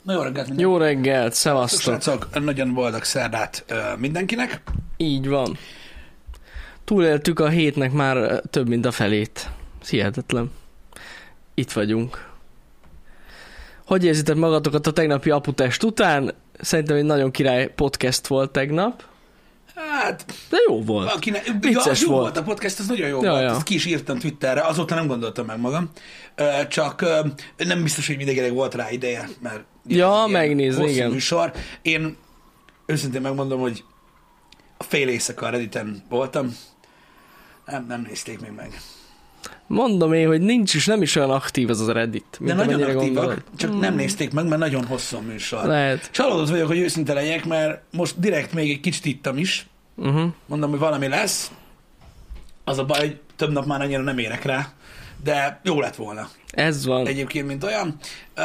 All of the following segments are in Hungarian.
Na jó reggelt mindenkinek. Jó reggelt, szevasztok. Srácok, nagyon boldog szerdát mindenkinek. Így van. Túléltük a hétnek már több, mint a felét. Hihetetlen. Itt vagyunk. Hogy érzitek magatokat a tegnapi aputest után? Szerintem egy nagyon király podcast volt tegnap. Hát... De jó volt. Vicces jó volt. A podcast, az nagyon jó volt. Ja. Ezt ki is írtam Twitterre, azóta nem gondoltam meg magam. Csak nem biztos, hogy mindenkinek volt rá ideje, mert... megnézni, igen. Műsor. Én őszintén megmondom, hogy a fél éjszaka a Redditen voltam. Nem nézték még meg. Mondom én, hogy nincs is, nem is olyan aktív az a Reddit. De nagyon aktívak, csak nem nézték meg, mert nagyon hosszú a műsor. Lehet. Csalódott vagyok, hogy őszinte legyek, mert most direkt még egy kicsit ittam is. Mondom, hogy valami lesz. Az a baj, hogy több nap már annyira nem érek rá, de jó lett volna. Ez van. Egyébként, mint olyan.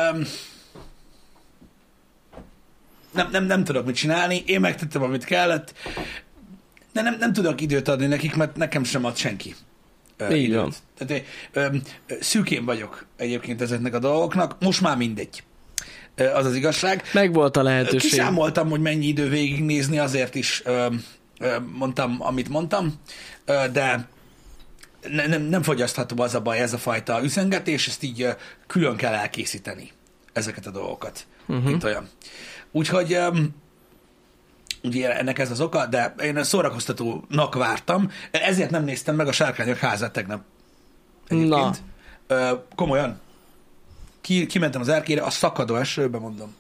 Nem tudok mit csinálni, én megtettem, amit kellett, de nem tudok időt adni nekik, mert nekem sem ad senki. Így van. Tehát, szűkén vagyok egyébként ezeknek a dolgoknak, most már mindegy. Az az igazság. Meg volt a lehetőség. Kiszámoltam, hogy mennyi idő végignézni, azért is mondtam, amit mondtam, de nem fogyasztható az a baj, ez a fajta üzengetés, ezt így külön kell elkészíteni, ezeket a dolgokat, mint olyan. Úgyhogy ugye ennek ez az oka, de én szórakoztatónak vártam, ezért nem néztem meg a Sárkányok házát tegnap. Egyébként. Komolyan. Kimentem az erkére, a szakadó esőbe, mondom.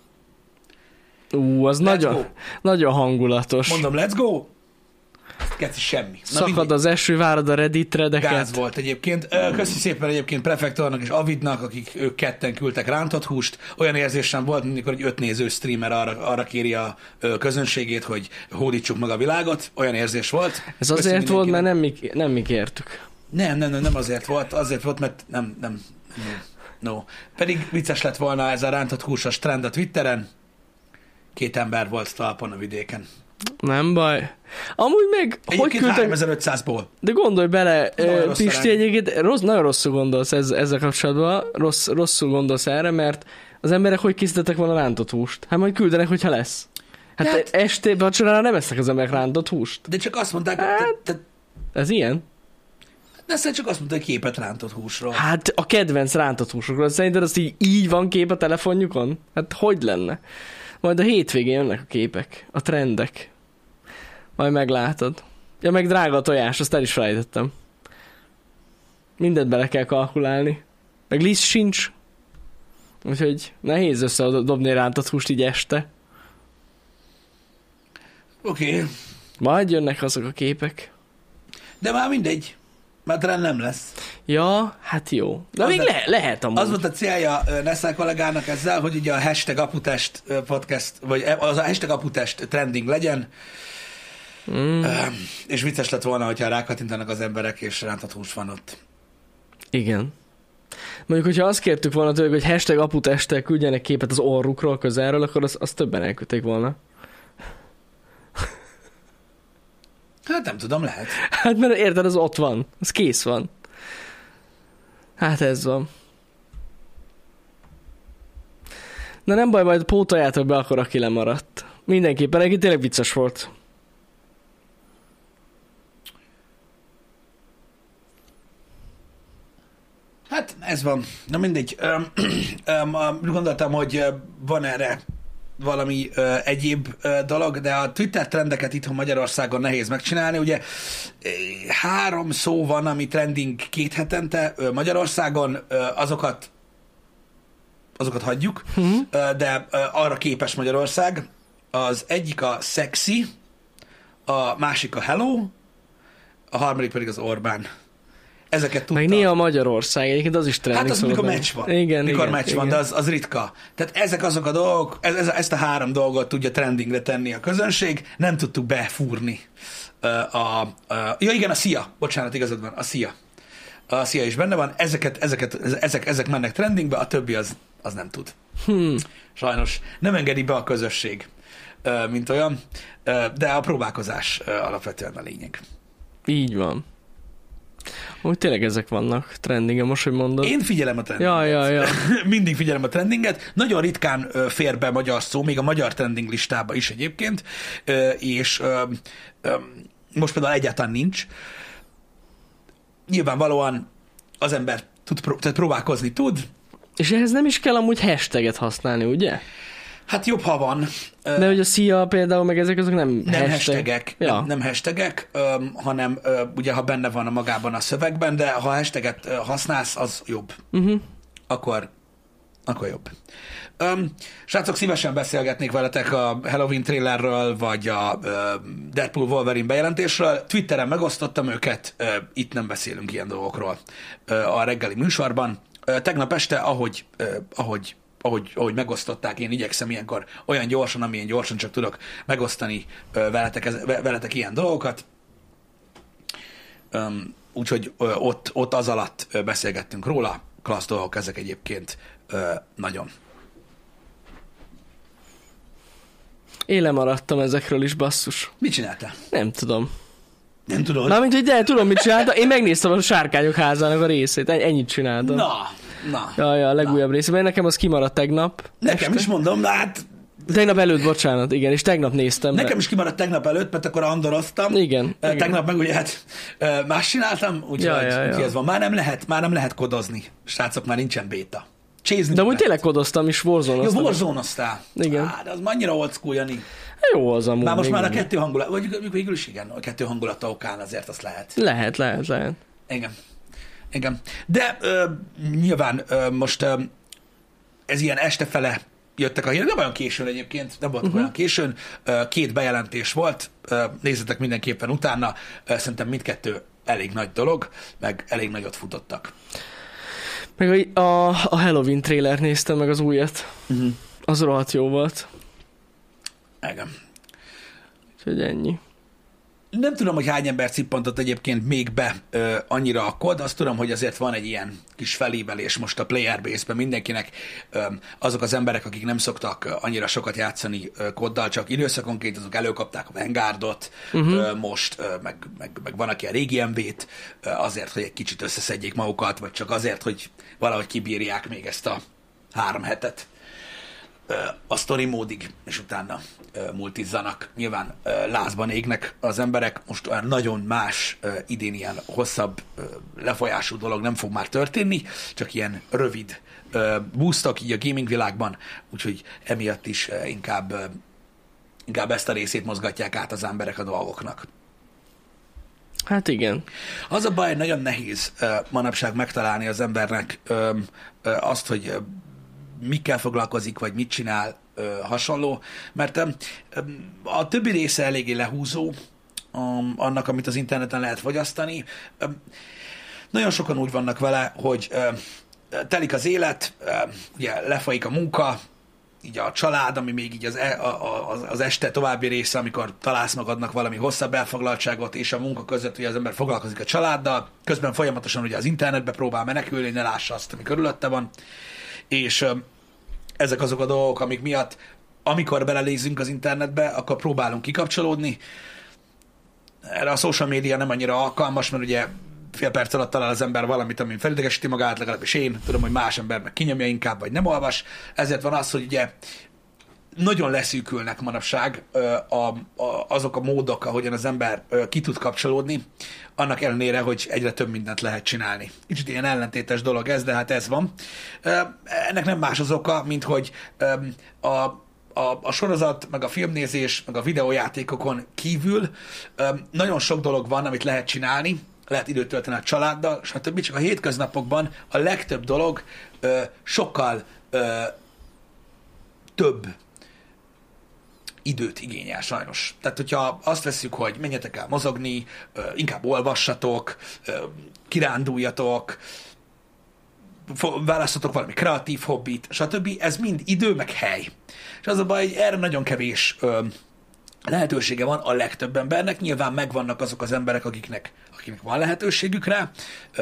Az nagyon hangulatos. Mondom, let's go! Keci semmi. Szakad az eső, várod a Redditre, de gáz volt egyébként. Köszi szépen egyébként Prefektornak és Avidnak, akik ők ketten küldtek rántott húst. Olyan érzésem volt, amikor egy 5 néző streamer arra kéri a közönségét, hogy hódítsuk meg a világot. Olyan érzés volt. Ez azért volt, mert nem mi kértük. Nem azért volt. Azért volt, mert nem. No. Pedig vicces lett volna ez a rántott húsos trend a Twitteren. 2 ember volt talpon a vidéken. Nem baj. Amúgy meg... Egyébként 3500-ból. De gondolj bele, Pisti, egyébként nagyon rosszul gondolsz ezzel kapcsolatban, rosszul gondolsz erre, mert az emberek hogy készítettek volna rántott húst? Hát majd küldenek, hogyha lesz. Hát este vacsorára nem esznek az emberek rántott húst. De csak azt mondták, ez ilyen? De aztán csak azt mondta, hogy képet rántott húsról. Hát a kedvenc rántott húsokról. Szerinted azt így van kép a telefonjukon? Hát hogy lenne? Majd a hétvégén jönnek a képek, a trendek. Majd meglátod. Ja, meg drága a tojás, azt el is felejtettem. Mindent bele kell kalkulálni. Meg liszt sincs. Úgyhogy nehéz összedobni rántott húst így este. Oké. Majd jönnek azok a képek. De már mindegy. Már talán nem lesz. Ja, hát jó. De még lehet amúgy. Az volt a célja Nessel kollégának ezzel, hogy ugye a hashtag Aputest podcast, vagy az a hashtag Aputest trending legyen, és vicces lett volna, hogyha rákattintanak az emberek, és rántott hús van ott. Igen. Mondjuk, hogyha azt kértük volna tőlük, hogy hashtag Aputesttel küldjenek képet az orrukról, közelről, akkor azt többen elküldték volna. Hát nem tudom, lehet. Hát mert érted, az ott van. Az kész van. Hát ez van. Na nem baj, majd pótoljátok be akkor, aki lemaradt. Mindenképpen, neki tényleg vicces volt. Hát ez van. Na mindegy. Gondoltam, hogy van erre valami egyéb dolog, de a Twitter trendeket itthon Magyarországon nehéz megcsinálni. Ugye 3 szó van, ami trending 2 hetente Magyarországon, azokat hagyjuk, de arra képes Magyarország. Az egyik a sexy, a másik a hello, a harmadik pedig az Orbán. Ezeket tudta. Meg néha Magyarország, egyébként az is trending. Hát az, mikor meccs van. Igen, meccs van, de az ritka. Tehát ezek azok a dolgok, ezt a 3 dolgot tudja trendingre tenni a közönség, nem tudtuk befúrni. Ja igen, a Szia, bocsánat, igazad van, a Szia. A Szia is benne van, ezek mennek trendingbe, a többi az nem tud. Sajnos nem engedi be a közösség, mint olyan, de a próbálkozás alapvetően a lényeg. Így van. Úgy tényleg ezek vannak trendingen, most, hogy mondod. Én figyelem a trendinget. Ja. Mindig figyelem a trendinget. Nagyon ritkán fér be magyar szó, még a magyar trending listába is egyébként, és most például egyáltalán nincs. Nyilvánvalóan az ember tehát próbálkozni tud. És ehhez nem is kell amúgy hashtaget használni, ugye? Hát jobb, ha van. De hogy a szia például, meg ezek azok nem hashtagek. Ja. Nem hashtagek, hanem ugye ha benne van a magában a szövegben, de ha hashtaget használsz, az jobb. Akkor jobb. Srácok, szívesen beszélgetnék veletek a Halloween trailerről, vagy a Deadpool Wolverine bejelentésről. Twitteren megosztottam őket, itt nem beszélünk ilyen dolgokról a reggeli műsorban. Tegnap este, ahogy megosztották, én igyekszem ilyenkor olyan gyorsan, amilyen gyorsan csak tudok megosztani veletek ilyen dolgokat. Úgyhogy ott az alatt beszélgettünk róla. Klassz dolgok ezek egyébként nagyon. Én lemaradtam ezekről is, basszus. Mit csináltál? Nem tudom. Nem tudod? Mármint, hogy de tudom, mit csináltam. Én megnéztem a Sárkányok házának a részét. Ennyit csináltam. Na. Ja, a legújabb részében. Nekem az kimaradt tegnap. Nekem este. is mondom, de hát... Tegnap előtt, bocsánat, igen, és tegnap néztem. Nekem is kimaradt tegnap előtt, mert akkor andoroztam. Igen. Tegnap meg ugye hát más csináltam, úgyhogy ez van. Már nem lehet kodozni. Srácok, már nincsen béta. De amúgy tényleg kodoztam is, Warzone-oztam. Ja, Warzone-oztál. Igen. De az annyira old school, Jani. Jó az amúgy. Már most már a kettő hangulat, vagy végül is igen, a kettő hangulata okán azért azt lehet. Lehet. Igen. De nyilván most ez ilyen este fele jöttek a hírek, nem olyan későn egyébként, nem voltak olyan későn, 2 bejelentés volt, nézzetek mindenképpen utána, szerintem mindkettő elég nagy dolog, meg elég nagyot futottak. Meg a Halloween trailer néztem meg az újat. Az rohadt jó volt. Igen. Úgyhogy ennyi. Nem tudom, hogy hány ember cippantott egyébként még be annyira a kod, azt tudom, hogy azért van egy ilyen kis felévelés most a player base-ben mindenkinek. Azok az emberek, akik nem szoktak annyira sokat játszani koddal, csak időszakonként azok előkapták a Vanguardot most, meg van, aki a régi MV-t, azért, hogy egy kicsit összeszedjék magukat, vagy csak azért, hogy valahogy kibírják még ezt a 3 hetet a story módig, és utána multizzanak. Nyilván lázban égnek az emberek, most olyan nagyon más idén ilyen hosszabb lefolyású dolog nem fog már történni, csak ilyen rövid boostok így a gaming világban, úgyhogy emiatt is inkább ezt a részét mozgatják át az emberek a dolgoknak. Hát igen. Az a baj, nagyon nehéz manapság megtalálni az embernek azt, hogy mikkel foglalkozik, vagy mit csinál hasonló, mert a többi része eléggé lehúzó annak, amit az interneten lehet fogyasztani. Nagyon sokan úgy vannak vele, hogy telik az élet, ugye lefolyik a munka, így a család, ami még így az este további része, amikor találsz magadnak valami hosszabb elfoglaltságot, és a munka között ugye az ember foglalkozik a családdal, közben folyamatosan ugye az internetbe próbál menekülni, ne lássa azt, ami körülötte van, és ezek azok a dolgok, amik miatt, amikor belelézünk az internetbe, akkor próbálunk kikapcsolódni. Erre a social media nem annyira alkalmas, mert ugye fél perc alatt talál az ember valamit, ami felidegesíti magát, legalábbis én tudom, hogy más ember meg kinyomja inkább, vagy nem olvas. Ezért van az, hogy ugye nagyon leszűkülnek manapság azok a módok, ahogyan az ember ki tud kapcsolódni, annak ellenére, hogy egyre több mindent lehet csinálni. Kicsit ilyen ellentétes dolog ez, de hát ez van. Ennek nem más az oka, mint hogy a sorozat, meg a filmnézés, meg a videójátékokon kívül nagyon sok dolog van, amit lehet csinálni, lehet időt tölteni a családdal, stb. Csak a hétköznapokban a legtöbb dolog sokkal több időt igényel sajnos. Tehát, hogyha azt vesszük, hogy menjetek el mozogni, inkább olvassatok, kiránduljatok, választatok valami kreatív hobbit, stb. Ez mind idő, meg hely. És az a baj, hogy erre nagyon kevés lehetősége van a legtöbb embernek. Nyilván megvannak azok az emberek, akiknek van lehetőségük rá,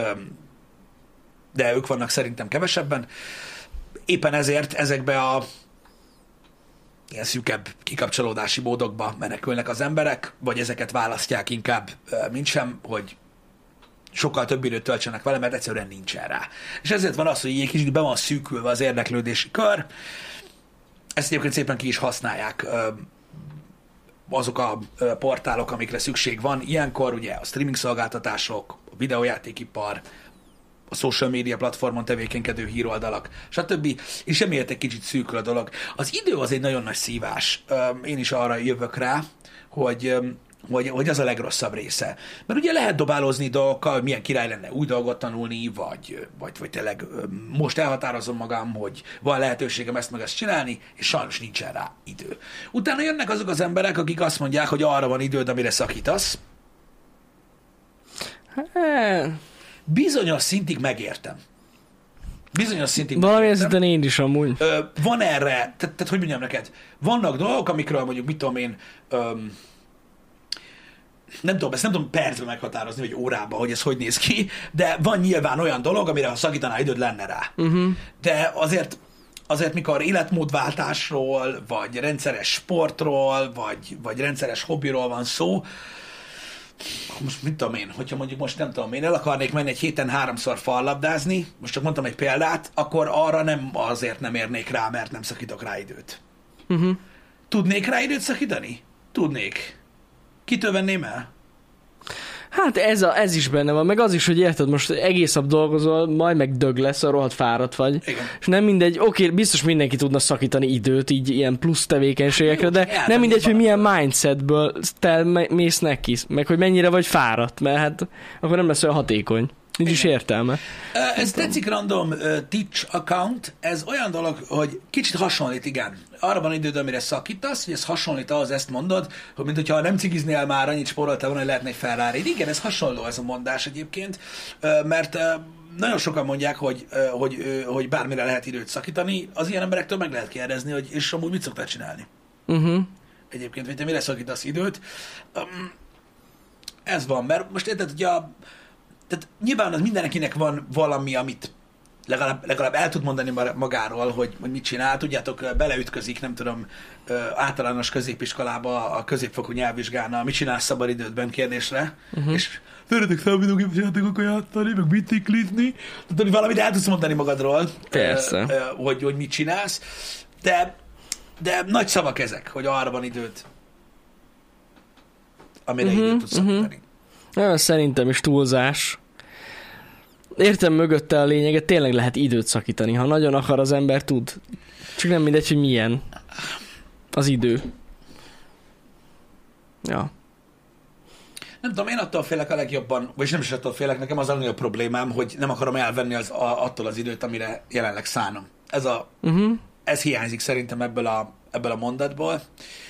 de ők vannak szerintem kevesebben. Éppen ezért ezekbe a ilyen szűkebb kikapcsolódási módokba menekülnek az emberek, vagy ezeket választják inkább, mint sem, hogy sokkal több időt töltsenek vele, mert egyszerűen nincsen rá. És ezért van az, hogy egy kicsit be van szűkülve az érdeklődési kör. Ezt egyébként szépen ki is használják azok a portálok, amikre szükség van. Ilyenkor ugye a streaming szolgáltatások, a videójátékipar, a social media platformon tevékenykedő híroldalak, stb. És emiatt egy kicsit szűkül a dolog. Az idő az egy nagyon nagy szívás. Én is arra jövök rá, hogy az a legrosszabb része. Mert ugye lehet dobálózni dolgokkal, hogy milyen király lenne új dolgot tanulni, vagy tényleg most elhatározom magam, hogy van lehetőségem ezt meg ezt csinálni, és sajnos nincsen rá idő. Utána jönnek azok az emberek, akik azt mondják, hogy arra van időd, amire szakítasz. Bizonyos szintig megértem. Valami esetben én is amúgy. Van erre, tehát hogy mondjam neked, vannak dolgok, amikről mondjuk, mit tudom én, nem tudom percben meghatározni, vagy órába, hogy ez hogy néz ki, de van nyilván olyan dolog, amire ha szakítaná időd, lenne rá. De azért mikor életmódváltásról, vagy rendszeres sportról, vagy rendszeres hobbiról van szó, most mit tudom én, hogyha mondjuk most nem tudom én, el akarnék menni egy héten 3-szor fallabdázni, most csak mondtam egy példát, akkor arra nem azért nem érnék rá, mert nem szakítok rá időt. Tudnék rá időt szakítani? Tudnék. Kitől venném el? Hát ez is benne van, meg az is, hogy érted, most egész nap dolgozol, majd meg dög lesz, a rohadt fáradt vagy. Igen. És nem mindegy, oké, biztos mindenki tudna szakítani időt, így ilyen plusz tevékenységekre, de nem mindegy, hogy milyen mindsetből te mész neki, meg hogy mennyire vagy fáradt, mert hát akkor nem lesz olyan hatékony. Nincs is értelme. Ez tetszik, random teach account, ez olyan dolog, hogy kicsit hasonlít, igen. Arra van időd, amire szakítasz, hogy ez hasonlít ahhoz, ezt mondod, hogy mint hogyha nem cigiznél már, annyit spóroltál volna, hogy lehetne egy Ferrari. Igen, ez hasonló ez a mondás egyébként, mert nagyon sokan mondják, hogy bármire lehet időt szakítani, az ilyen emberektől meg lehet kérdezni, hogy és amúgy mit szoktál csinálni. Egyébként, hogy te mire szakítasz időt. Ez van, mert most érted, hogy tehát nyilván az mindenkinek van valami, amit legalább el tud mondani magáról, hogy mit csinál. Tudjátok, beleütközik, nem tudom, általános középiskolába a középfokú nyelvvizsgálna, mit csinálsz szabadidődben kérdésre, és szeretek számítógépes játékokat játszani, meg bitiklizni, tehát hogy valamit el tudsz mondani magadról, hogy mit csinálsz, de nagy szavak ezek, hogy arra van időd, amire időt tudsz szakítani. Szerintem is túlzás. Értem mögötte a lényeget, tényleg lehet időt szakítani. Ha nagyon akar az ember, tud. Csak nem mindegy, hogy milyen az idő. Ja. Nem tudom, én attól félek a legjobban, vagy nem is attól félek, nekem az a legnagyobb problémám, hogy nem akarom elvenni attól az időt, amire jelenleg szánom. Ez hiányzik szerintem ebből a mondatból.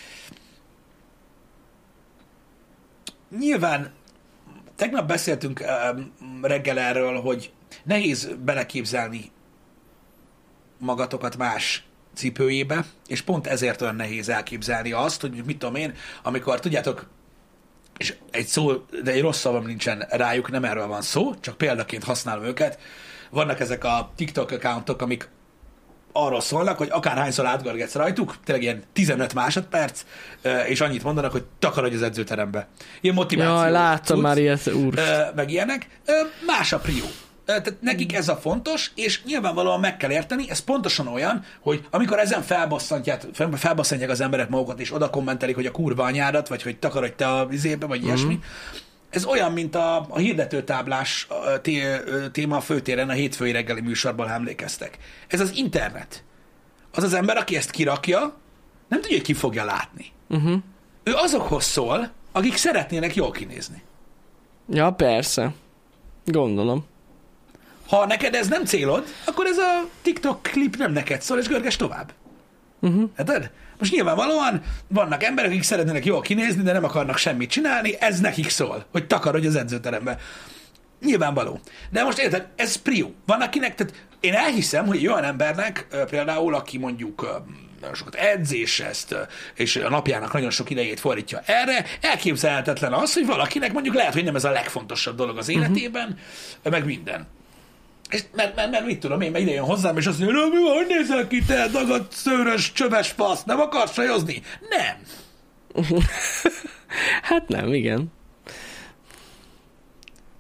Nyilván tegnap beszéltünk reggel erről, hogy nehéz beleképzelni magatokat más cipőjébe, és pont ezért olyan nehéz elképzelni azt, hogy mit tudom én, amikor tudjátok, és de egy rossz szavam nincsen rájuk, nem erről van szó, csak példaként használom őket. Vannak ezek a TikTok accountok, amik arról szólnak, hogy akárhányszor átgörgetsz rajtuk, tényleg ilyen 15 másodperc, és annyit mondanak, hogy takarodj az edzőterembe. Ilyen motiváció. Jaj, láttam már ilyet, úr. Meg ilyenek. Más a prió. Tehát nekik ez a fontos, és nyilvánvalóan meg kell érteni, ez pontosan olyan, hogy amikor ezen felbasszantják az emberek magukat, és oda kommentelik, hogy a kurva anyádat, vagy hogy takarodj te a vizébe, vagy ilyesmi. Ez olyan, mint a hirdetőtáblás téma a főtéren, a hétfői reggeli műsorban, ha emlékeztek. Ez az internet. Az az ember, aki ezt kirakja, nem tudja, hogy ki fogja látni. Ő azokhoz szól, akik szeretnének jól kinézni. Ja, persze. Gondolom. Ha neked ez nem célod, akkor ez a TikTok klip nem neked szól, és görges tovább. Hát, most nyilvánvalóan vannak emberek, akik szeretnének jól kinézni, de nem akarnak semmit csinálni, ez nekik szól, hogy takarodj az edzőterembe. Nyilvánvaló. De most érted, ez prió. Van akinek, tehát én elhiszem, hogy olyan embernek, például, aki mondjuk nagyon sokat edzés ezt, és a napjának nagyon sok idejét fordítja erre, elképzelhetetlen az, hogy valakinek mondjuk lehet, hogy nem ez a legfontosabb dolog az életében, meg minden. És mert mit tudom én, mert ide jön hozzám, és azt mondja, mi van, hogy nézel ki, te dagadt, szőrös, csöves fasz, nem akarsz sajozni? Nem. Hát nem, igen. De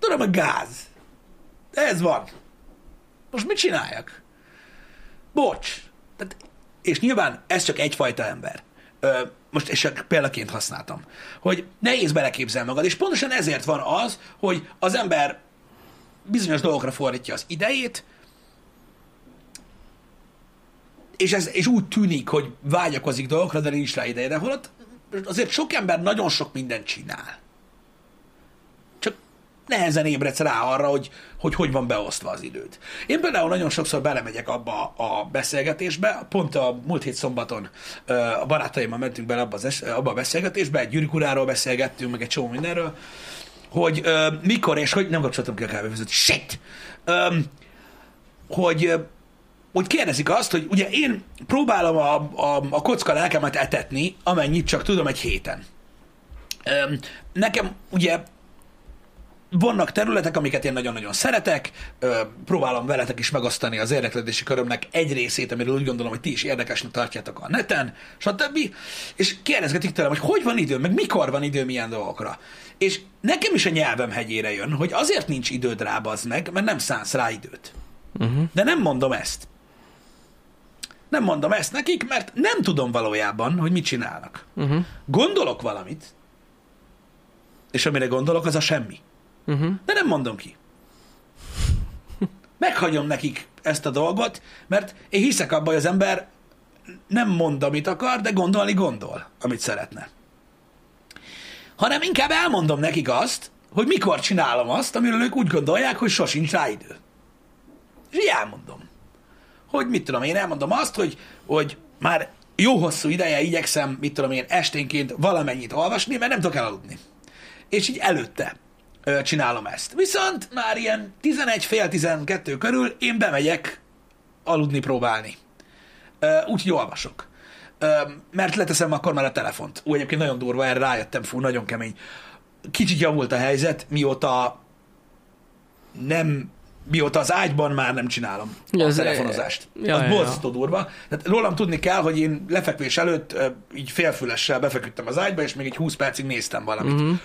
tudom, a gáz. De ez van. Most mit csináljak? Bocs. Tehát, és nyilván ez csak egyfajta ember. Most és csak példaként használtam, hogy nehéz beleképzelni magad, és pontosan ezért van az, hogy az ember bizonyos dolgokra fordítja az idejét, és úgy tűnik, hogy vágyakozik dolgokra, de nincs rá ideje. De holott azért sok ember nagyon sok mindent csinál. Csak nehezen ébredsz rá arra, hogy van beosztva az időd. Én például nagyon sokszor belemegyek abba a beszélgetésbe, pont a múlt hét szombaton a barátaimmal mentünk bele abba a beszélgetésbe, egy Gyűrűk Uráról beszélgettünk, meg egy csomó mindenről, hogy mikor és hogy nem kapcsoltam ki a kávéfőzőt. Shit! Hogy kérdezik azt, hogy ugye én próbálom a kocka lelkemet etetni, amennyit csak tudom egy héten. Nekem ugye vannak területek, amiket én nagyon-nagyon szeretek, próbálom veletek is megosztani az érdeklődési körömnek egy részét, amiről úgy gondolom, hogy ti is érdekesnek tartjátok a neten, stb. És kérdezgetik tőlem, hogy van időm, meg mikor van időm ilyen dolgokra. És nekem is a nyelvem hegyére jön, hogy azért nincs időd rá, bazd meg, mert nem szánsz rá időt. De nem mondom ezt. Nem mondom ezt nekik, mert nem tudom valójában, hogy mit csinálnak. Gondolok valamit, és amire gondolok, az a semmi. De nem mondom ki. Meghagyom nekik ezt a dolgot, mert én hiszek abban, hogy az ember nem mond, amit akar, de gondolni gondol, amit szeretne. Hanem inkább elmondom nekik azt, hogy mikor csinálom azt, amiről ők úgy gondolják, hogy sosincs rá idő. És így elmondom. Hogy mit tudom én, elmondom azt, hogy már jó hosszú ideje igyekszem, mit tudom én, esténként valamennyit olvasni, mert nem tudok elaludni. És így előtte csinálom ezt. Viszont már ilyen 11, fél 12 körül én bemegyek aludni próbálni. Úgyhogy olvasok. Mert leteszem akkor már a telefont. Úgy egyébként nagyon durva, erre rájöttem, nagyon kemény. Kicsit javult a helyzet, mióta az ágyban már nem csinálom a telefonozást. Az borzasztó durva. Tehát rólam tudni kell, hogy én lefekvés előtt így félfülessel befeküdtem az ágyba, és még egy 20 percig néztem valamit.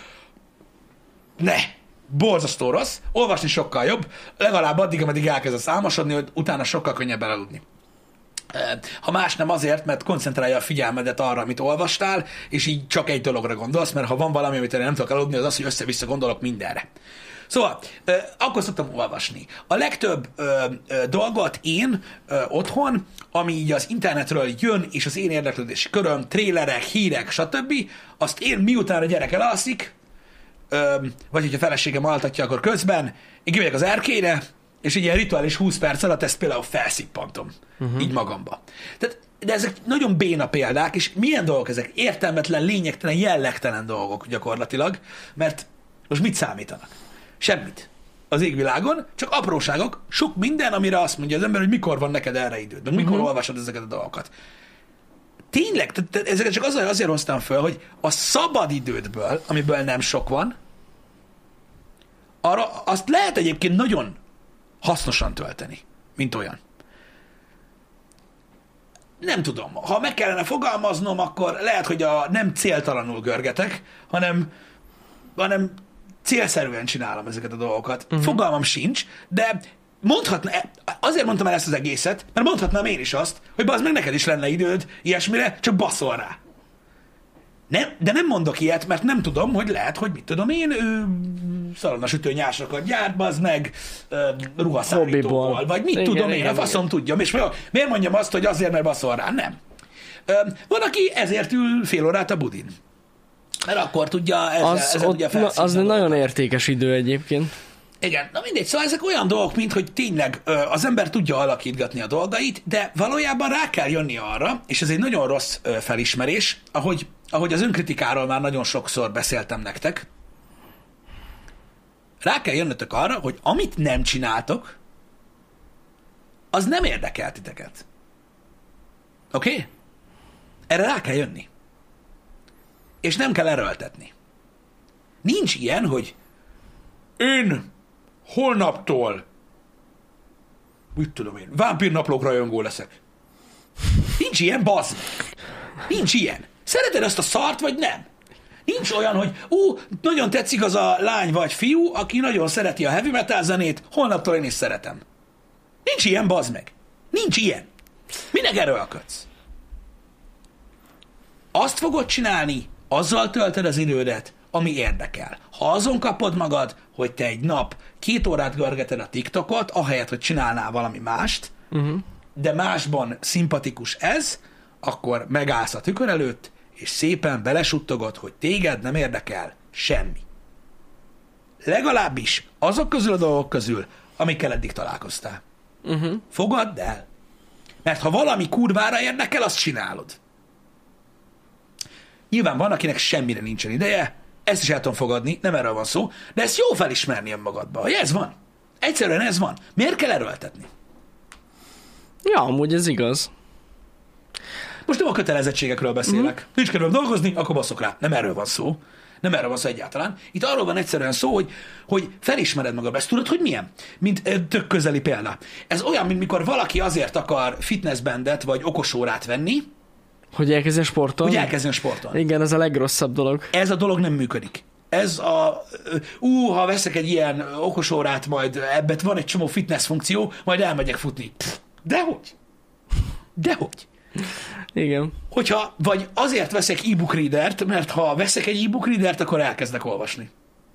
Borzasztó rossz, olvasni sokkal jobb, legalább addig, ameddig elkezdesz álmosodni, hogy utána sokkal könnyebb elaludni. Ha más nem azért, mert koncentrálja a figyelmedet arra, amit olvastál, és így csak egy dologra gondolsz, mert ha van valami, amit én nem tudok elaludni, az az, hogy össze-vissza gondolok mindenre. Szóval, akkor szoktam olvasni. A legtöbb dolgot én otthon, ami így az internetről jön, és az én érdeklődési köröm, trélerek, hírek, stb., azt én miután a gyerek elalszik, vagy hogyha a feleségem altatja, akkor közben, én kimegyek az erkélyre, és egy ilyen rituális 20 perc alatt ezt például felszippantom. Így magamba. Tehát, de ezek nagyon béna példák, és milyen dolgok ezek? Értelmetlen, lényegtelen, jellegtelen dolgok gyakorlatilag, mert most mit számítanak? Semmit. Az égvilágon, csak apróságok, sok minden, amire azt mondja az ember, hogy mikor van neked erre időd, meg mikor olvasod ezeket a dolgokat. Tényleg, ezeket csak azért hoztam föl, hogy a szabad idődből, amiből nem sok van, arra azt lehet egyébként nagyon hasznosan tölteni, mint olyan. Nem tudom. Ha meg kellene fogalmaznom, akkor lehet, hogy nem céltalanul görgetek, hanem célszerűen csinálom ezeket a dolgokat. Fogalmam sincs, de azért mondtam el ezt az egészet, mert mondhatnám én is azt, hogy bazd meg, neked is lenne időd ilyesmire, csak baszol rá. De nem mondok ilyet, mert nem tudom, hogy lehet, hogy mit tudom én, szalonnasütő nyásokat gyárt, bazd meg, ruhaszállítóból, vagy mit tudom én, a faszom tudjam. És miért mondjam azt, hogy azért, mert baszol rá? Nem. Van, aki ezért ül fél órát a budin. Mert akkor tudja ezzel ugye felszívni. Az nagyon értékes idő egyébként. Igen, na mindegy, szóval ezek olyan dolgok, mint hogy tényleg az ember tudja alakítgatni a dolgait, de valójában rá kell jönni arra, és ez egy nagyon rossz felismerés, ahogy az önkritikáról már nagyon sokszor beszéltem nektek, rá kell jönnötök arra, hogy amit nem csináltok, az nem érdekel titeket. Oké? Erre rá kell jönni. És nem kell erőltetni. Nincs ilyen, hogy én holnaptól, mit tudom én, vámpírnaplók rajongó leszek. Nincs ilyen, bazd. Nincs ilyen. Szereted ezt a szart, vagy nem? Nincs olyan, hogy nagyon tetszik az a lány vagy fiú, aki nagyon szereti a heavy metal zenét, holnaptól én is szeretem. Nincs ilyen, bazd meg. Nincs ilyen. Minek erőlködsz? Azt fogod csinálni, azzal töltöd az idődet, ami érdekel. Ha azon kapod magad, hogy te egy nap 2 órát görgeted a TikTokot, ahelyett, hogy csinálnál valami mást, de másban szimpatikus ez, akkor megállsz a tükör előtt, és szépen belesuttogod, hogy téged nem érdekel semmi. Legalábbis azok közül a dolgok közül, amikkel eddig találkoztál. Fogadd el. Mert ha valami kurvára érdekel, azt csinálod. Nyilván van, akinek semmire nincsen ideje, ezt is el tudom fogadni, nem erről van szó, de ezt jó felismerni önmagadba, hogy ez van. Egyszerűen ez van. Miért kell erőltetni? Ja, amúgy ez igaz. Most nem a kötelezettségekről beszélek. Nincs kedvem dolgozni, akkor basszok rá. Nem erről van szó. Nem erről van szó egyáltalán. Itt arról van egyszerűen szó, hogy felismered magad. Ezt tudod, hogy milyen? Mint tök közeli példa. Ez olyan, mint mikor valaki azért akar fitnessbandet vagy okosórát venni, Hogy elkezdjen sportolni? hogy elkezdjen sportolni. Igen, ez a legrosszabb dolog. Ez a dolog nem működik. Ez ha veszek egy ilyen okosórát, majd ebbet van egy csomó fitness funkció, majd elmegyek futni. Dehogy? Dehogy? Igen. Vagy azért veszek e-book readert, mert ha veszek egy e-book readert, akkor elkezdek olvasni.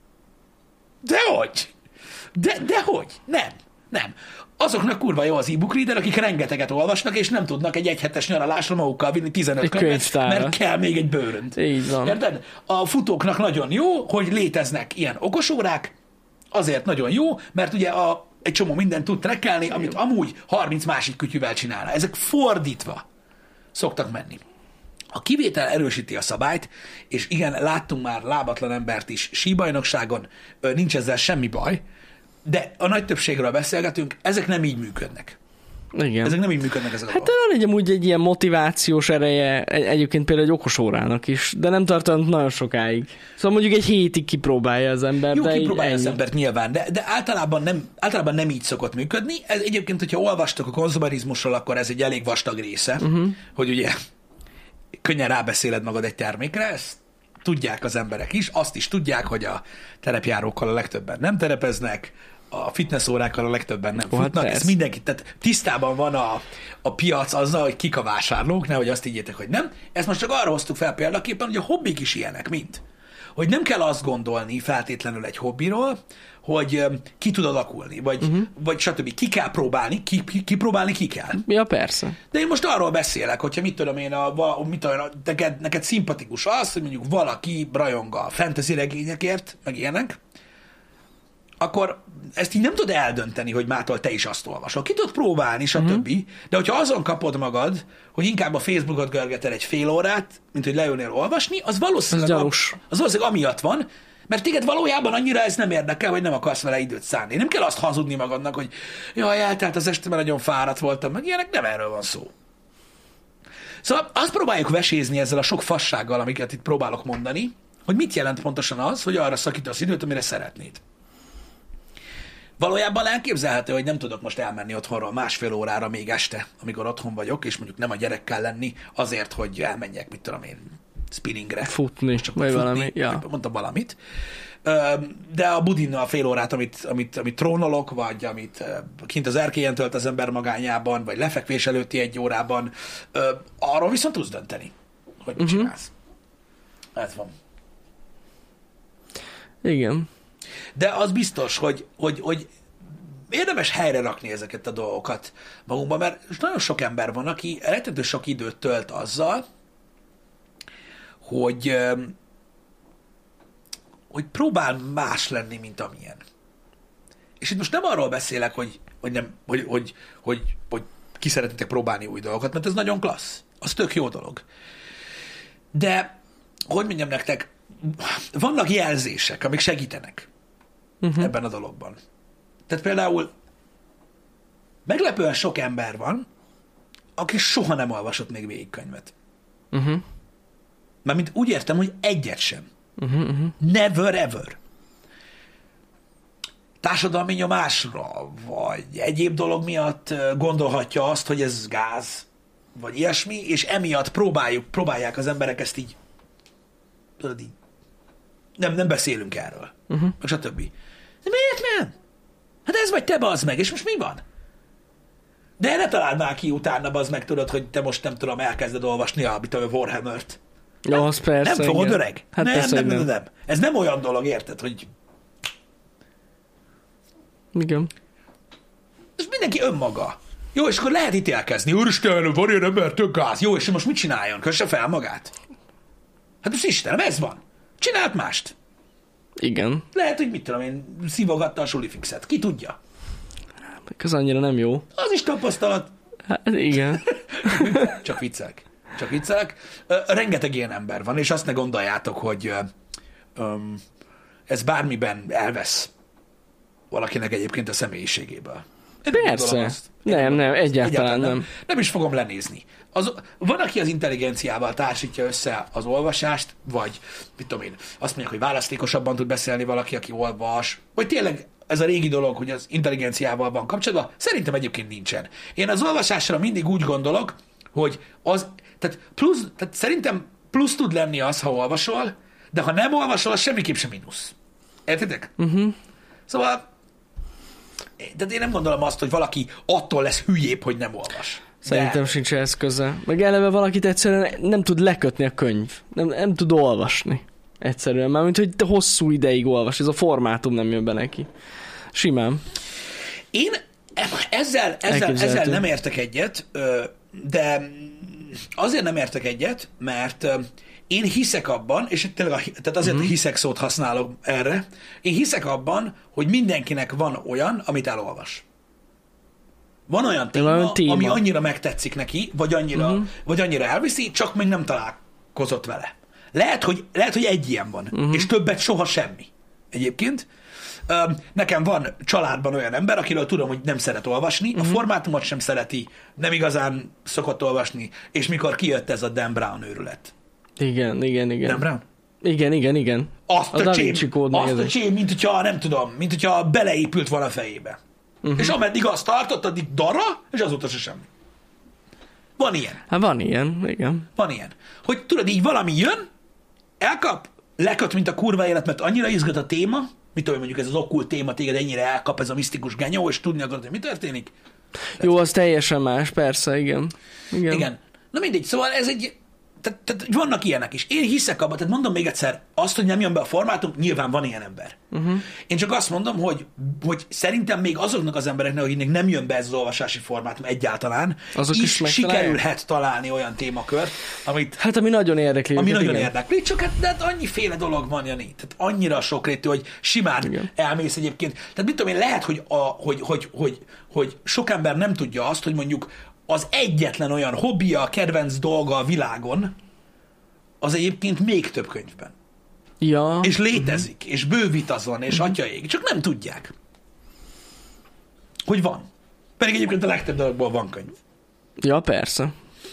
Dehogy? Dehogy? Nem. Azoknak kurva jó az e-book reader, akik rengeteget olvasnak, és nem tudnak egy egyhetes nyaralásra magukkal vinni 15 Egy könyvet, könyvtárra. mert kell még egy bőrönt. Így van. Érted? A futóknak nagyon jó, hogy léteznek ilyen okosórák, azért nagyon jó, mert ugye egy csomó mindent tud trekkelni, amit amúgy 30 másik kütyűvel csinálna. Ezek fordítva szoktak menni. A kivétel erősíti a szabályt, és igen, láttunk már lábatlan embert is síbajnokságon, nincs ezzel semmi baj, de a nagy többségről beszélgetünk, ezek nem így működnek. Igen. Ezek nem így működnek, ezek a Hát dolgok. van egy amúgy egy ilyen motivációs ereje, egyébként például egy okosórának is, de nem tartanak nagyon sokáig. Szóval mondjuk egy hétig kipróbálja az ember. Jó, de kipróbálja az ennyi. embert nyilván, de általában nem így szokott működni. Ez egyébként, hogyha olvastok a konzumerizmusról, akkor ez egy elég vastag része, hogy ugye könnyen rábeszéled magad egy termékre, ezt tudják az emberek is, azt is tudják, hogy a terepjárókkal a legtöbben nem terepeznek, a fitness órákkal a legtöbben nem Hát futnak, ez persze. mindenki, tehát tisztában van a piac azzal, hogy kik a vásárlók, nehogy azt higgyétek, hogy nem. Ezt most csak arra hoztuk fel példaképpen, hogy a hobbik is ilyenek, mint. Hogy nem kell azt gondolni feltétlenül egy hobbiról, hogy ki tud alakulni, vagy stb. Ki kell próbálni, kipróbálni ki kell. Ja, persze. De én most arról beszélek, hogyha mit tudom én, neked szimpatikus az, hogy mondjuk valaki rajong a fantasy regényekért, meg ilyenek, akkor ezt így nem tudod eldönteni, hogy mától te is azt olvasol. Ki tudod próbálni, stb. De hogyha azon kapod magad, hogy inkább a Facebookot görgeted egy fél órát, mint hogy leülnél olvasni, az valószínűleg, Ez gyanús. az valószínűleg amiatt van, mert téged valójában annyira ez nem érdekel, vagy nem akarsz vele időt szánni. Nem kell azt hazudni magadnak, hogy jaj, eltelt az este, mert nagyon fáradt voltam, meg ilyenek, nem erről van szó. Szóval azt próbáljuk vesézni ezzel a sok fassággal, amiket itt próbálok mondani, hogy mit jelent pontosan az, hogy arra szakítasz időt, amire szeretnéd. Valójában elképzelhető, hogy nem tudok most elmenni otthonról 1,5 órára még este, amikor otthon vagyok, és mondjuk nem a gyerekkel lenni azért, hogy elmenjek, mit tudom én, spinningre. Futni, Csak vagy futni, valami. Ja. vagy mondtam valamit. De a budinnal fél órát, amit trónolok, vagy amit kint az erkélyen tölt az ember magányában, vagy lefekvés előtti 1 órában, arról viszont tudsz dönteni, hogy mit csinálsz. Ez van. Igen. De az biztos, hogy érdemes helyre rakni ezeket a dolgokat magunkban, mert nagyon sok ember van, aki rettentő sok időt tölt azzal, hogy próbál más lenni, mint amilyen. És itt most nem arról beszélek, hogy ki szeretnétek próbálni új dolgokat, mert ez nagyon klassz. Az tök jó dolog. De, hogy mondjam nektek, vannak jelzések, amik segítenek ebben a dologban. Tehát például meglepően sok ember van, aki soha nem olvasott még végig könyvet. Mármint úgy értem, hogy egyet sem. Never ever. Társadalmi nyomásra, vagy egyéb dolog miatt gondolhatja azt, hogy ez gáz, vagy ilyesmi, és emiatt próbálják az emberek ezt így, tudod, így nem beszélünk erről. Meg stb. De miért nem? Hát ez vagy te, bazd meg, és most mi van? De ne találd már ki utána, bazd meg, tudod, hogy te most nem tudom, elkezded olvasni a Warhammer-t. Ja, az persze. Nem fogod, igen. öreg? Hát nem, persze, nem. Ez nem olyan dolog, érted, hogy igen. ez mindenki önmaga. Jó, és akkor lehet ítélkezni. Úristen, van ilyen ember, tök gáz. Jó, és most mit csináljon? Kösse fel magát? Hát most Istenem, ez van. Csinált mást. Igen. Lehet, hogy mit tudom én, szívogatta a sulifixet. Ki tudja? Ez annyira nem jó. Az is tapasztalat. Hát igen. Csak viccelek. Csak viccelek. Rengeteg ilyen ember van, és azt ne gondoljátok, hogy ez bármiben elvesz valakinek egyébként a személyiségéből. Én nem gondolom Persze. azt. Nem, egyáltalán nem. Nem is fogom lenézni. Van, aki az intelligenciával társítja össze az olvasást, vagy mit tudom én, azt mondják, hogy választékosabban tud beszélni valaki, aki olvas, vagy tényleg ez a régi dolog, hogy az intelligenciával van kapcsolatban, szerintem egyébként nincsen. Én az olvasásra mindig úgy gondolok, hogy tehát szerintem plusz tud lenni az, ha olvasol, de ha nem olvasol, az semmiképp sem mínusz. Értitek? Szóval, tehát én nem gondolom azt, hogy valaki attól lesz hülyébb, hogy nem olvas. Szerintem sincs ehhez köze. Meg eleve valakit egyszerűen nem tud lekötni a könyv. Nem tud olvasni. Egyszerűen. Mármint, hogy hosszú ideig olvas. Ez a formátum nem jön be neki. Simán. Én ezzel nem értek egyet, de azért nem értek egyet, mert én hiszek abban, és tényleg tehát azért hiszek szót használok erre, én hiszek abban, hogy mindenkinek van olyan, amit elolvas. Van olyan téma, ami annyira megtetszik neki, vagy annyira elviszi, csak még nem találkozott vele. Lehet, hogy egy ilyen van, és többet soha semmi. Egyébként nekem van családban olyan ember, akiről tudom, hogy nem szeret olvasni, a formátumot sem szereti, nem igazán szokott olvasni, és mikor kijött ez a Dan Brown őrület. Igen. Dan Brown? Igen. Azt a csém, mint hogyha, nem tudom, mint hogyha beleépült volna a fejébe. És ameddig azt tartott, addig dara, és azóta se semmi. Van ilyen. Hát van ilyen, igen. Van ilyen. Hogy tudod, így valami jön, elkap, leköt, mint a kurva élet, mert annyira izgat a téma, mit tudom, mondjuk ez az okkult téma téged ennyire elkap, ez a misztikus genyó, és tudni akarod, hogy mi történik. Jó, az teljesen más, persze, igen. Na mindegy, szóval ez egy, tehát vannak ilyenek is. Én hiszek abban, tehát mondom még egyszer, azt, hogy nem jön be a formátum, nyilván van ilyen ember. Én csak azt mondom, hogy szerintem még azoknak az embereknek, akiknek nem jön be ez az olvasási formátum egyáltalán, azok is sikerülhet találni olyan témakört, amit... Hát ami nagyon érdekli. Ami nagyon érdekli, csak hát annyiféle dolog van, Jani. Tehát annyira sokrétű, hogy simán elmész egyébként. Tehát mit tudom én, lehet, hogy sok ember nem tudja azt, hogy mondjuk az egyetlen olyan hobbija, kedvenc dolga a világon, az egyébként még több könyvben. Ja. És létezik, és bővít azon, és atyaég. Csak nem tudják, hogy van. Pedig egyébként a legtöbb dologból van könyv. Ja, persze.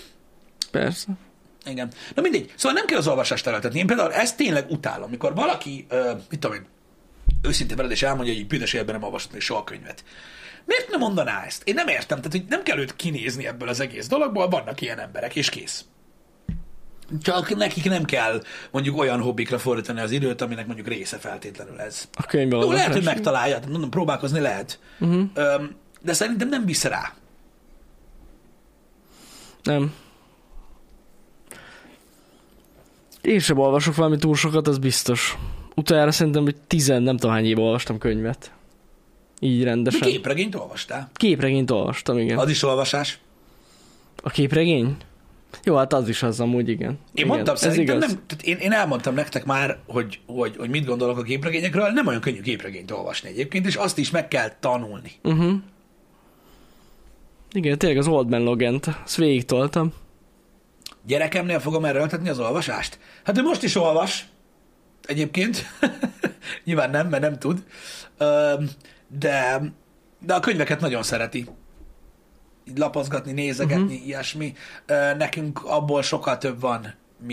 Igen. Na mindegy. Szóval nem kell az olvasást elöltetni. Én például ezt tényleg utálom, mikor valaki, mit tudom én, őszintén veled és elmondja, hogy büdös életben nem olvasott még soha könyvet. Miért nem mondaná ezt? Én nem értem, tehát hogy nem kell őt kinézni ebből az egész dologból, vannak ilyen emberek, és kész. Csak nekik nem kell mondjuk olyan hobbikra fordítani az időt, aminek mondjuk része feltétlenül ez. A könyvben jó, lehet, hogy megtalálja, mondom, próbálkozni lehet. De szerintem nem visz rá. Nem. Én sem olvasok valami túl sokat, az biztos. Utoljára szerintem, hogy nem tudom hány év olvastam könyvet. Így rendesen. De képregényt olvastál? Képregényt olvastam, igen. Az is olvasás? A képregény? Jó, hát az is az amúgy, igen. Én mondtam, szerintem nem, tehát én elmondtam nektek már, hogy mit gondolok a képregényekről, nem olyan könnyű képregényt olvasni egyébként, és azt is meg kell tanulni. Igen, tényleg az Old Man Logan-t, azt végig toltam. Gyerekemnél fogom erőltetni az olvasást? Hát ő most is olvas, egyébként. Nyilván nem, mert nem tud. De a könyveket nagyon szereti. Így lapozgatni, nézegetni, ilyesmi. Nekünk abból sokkal több van,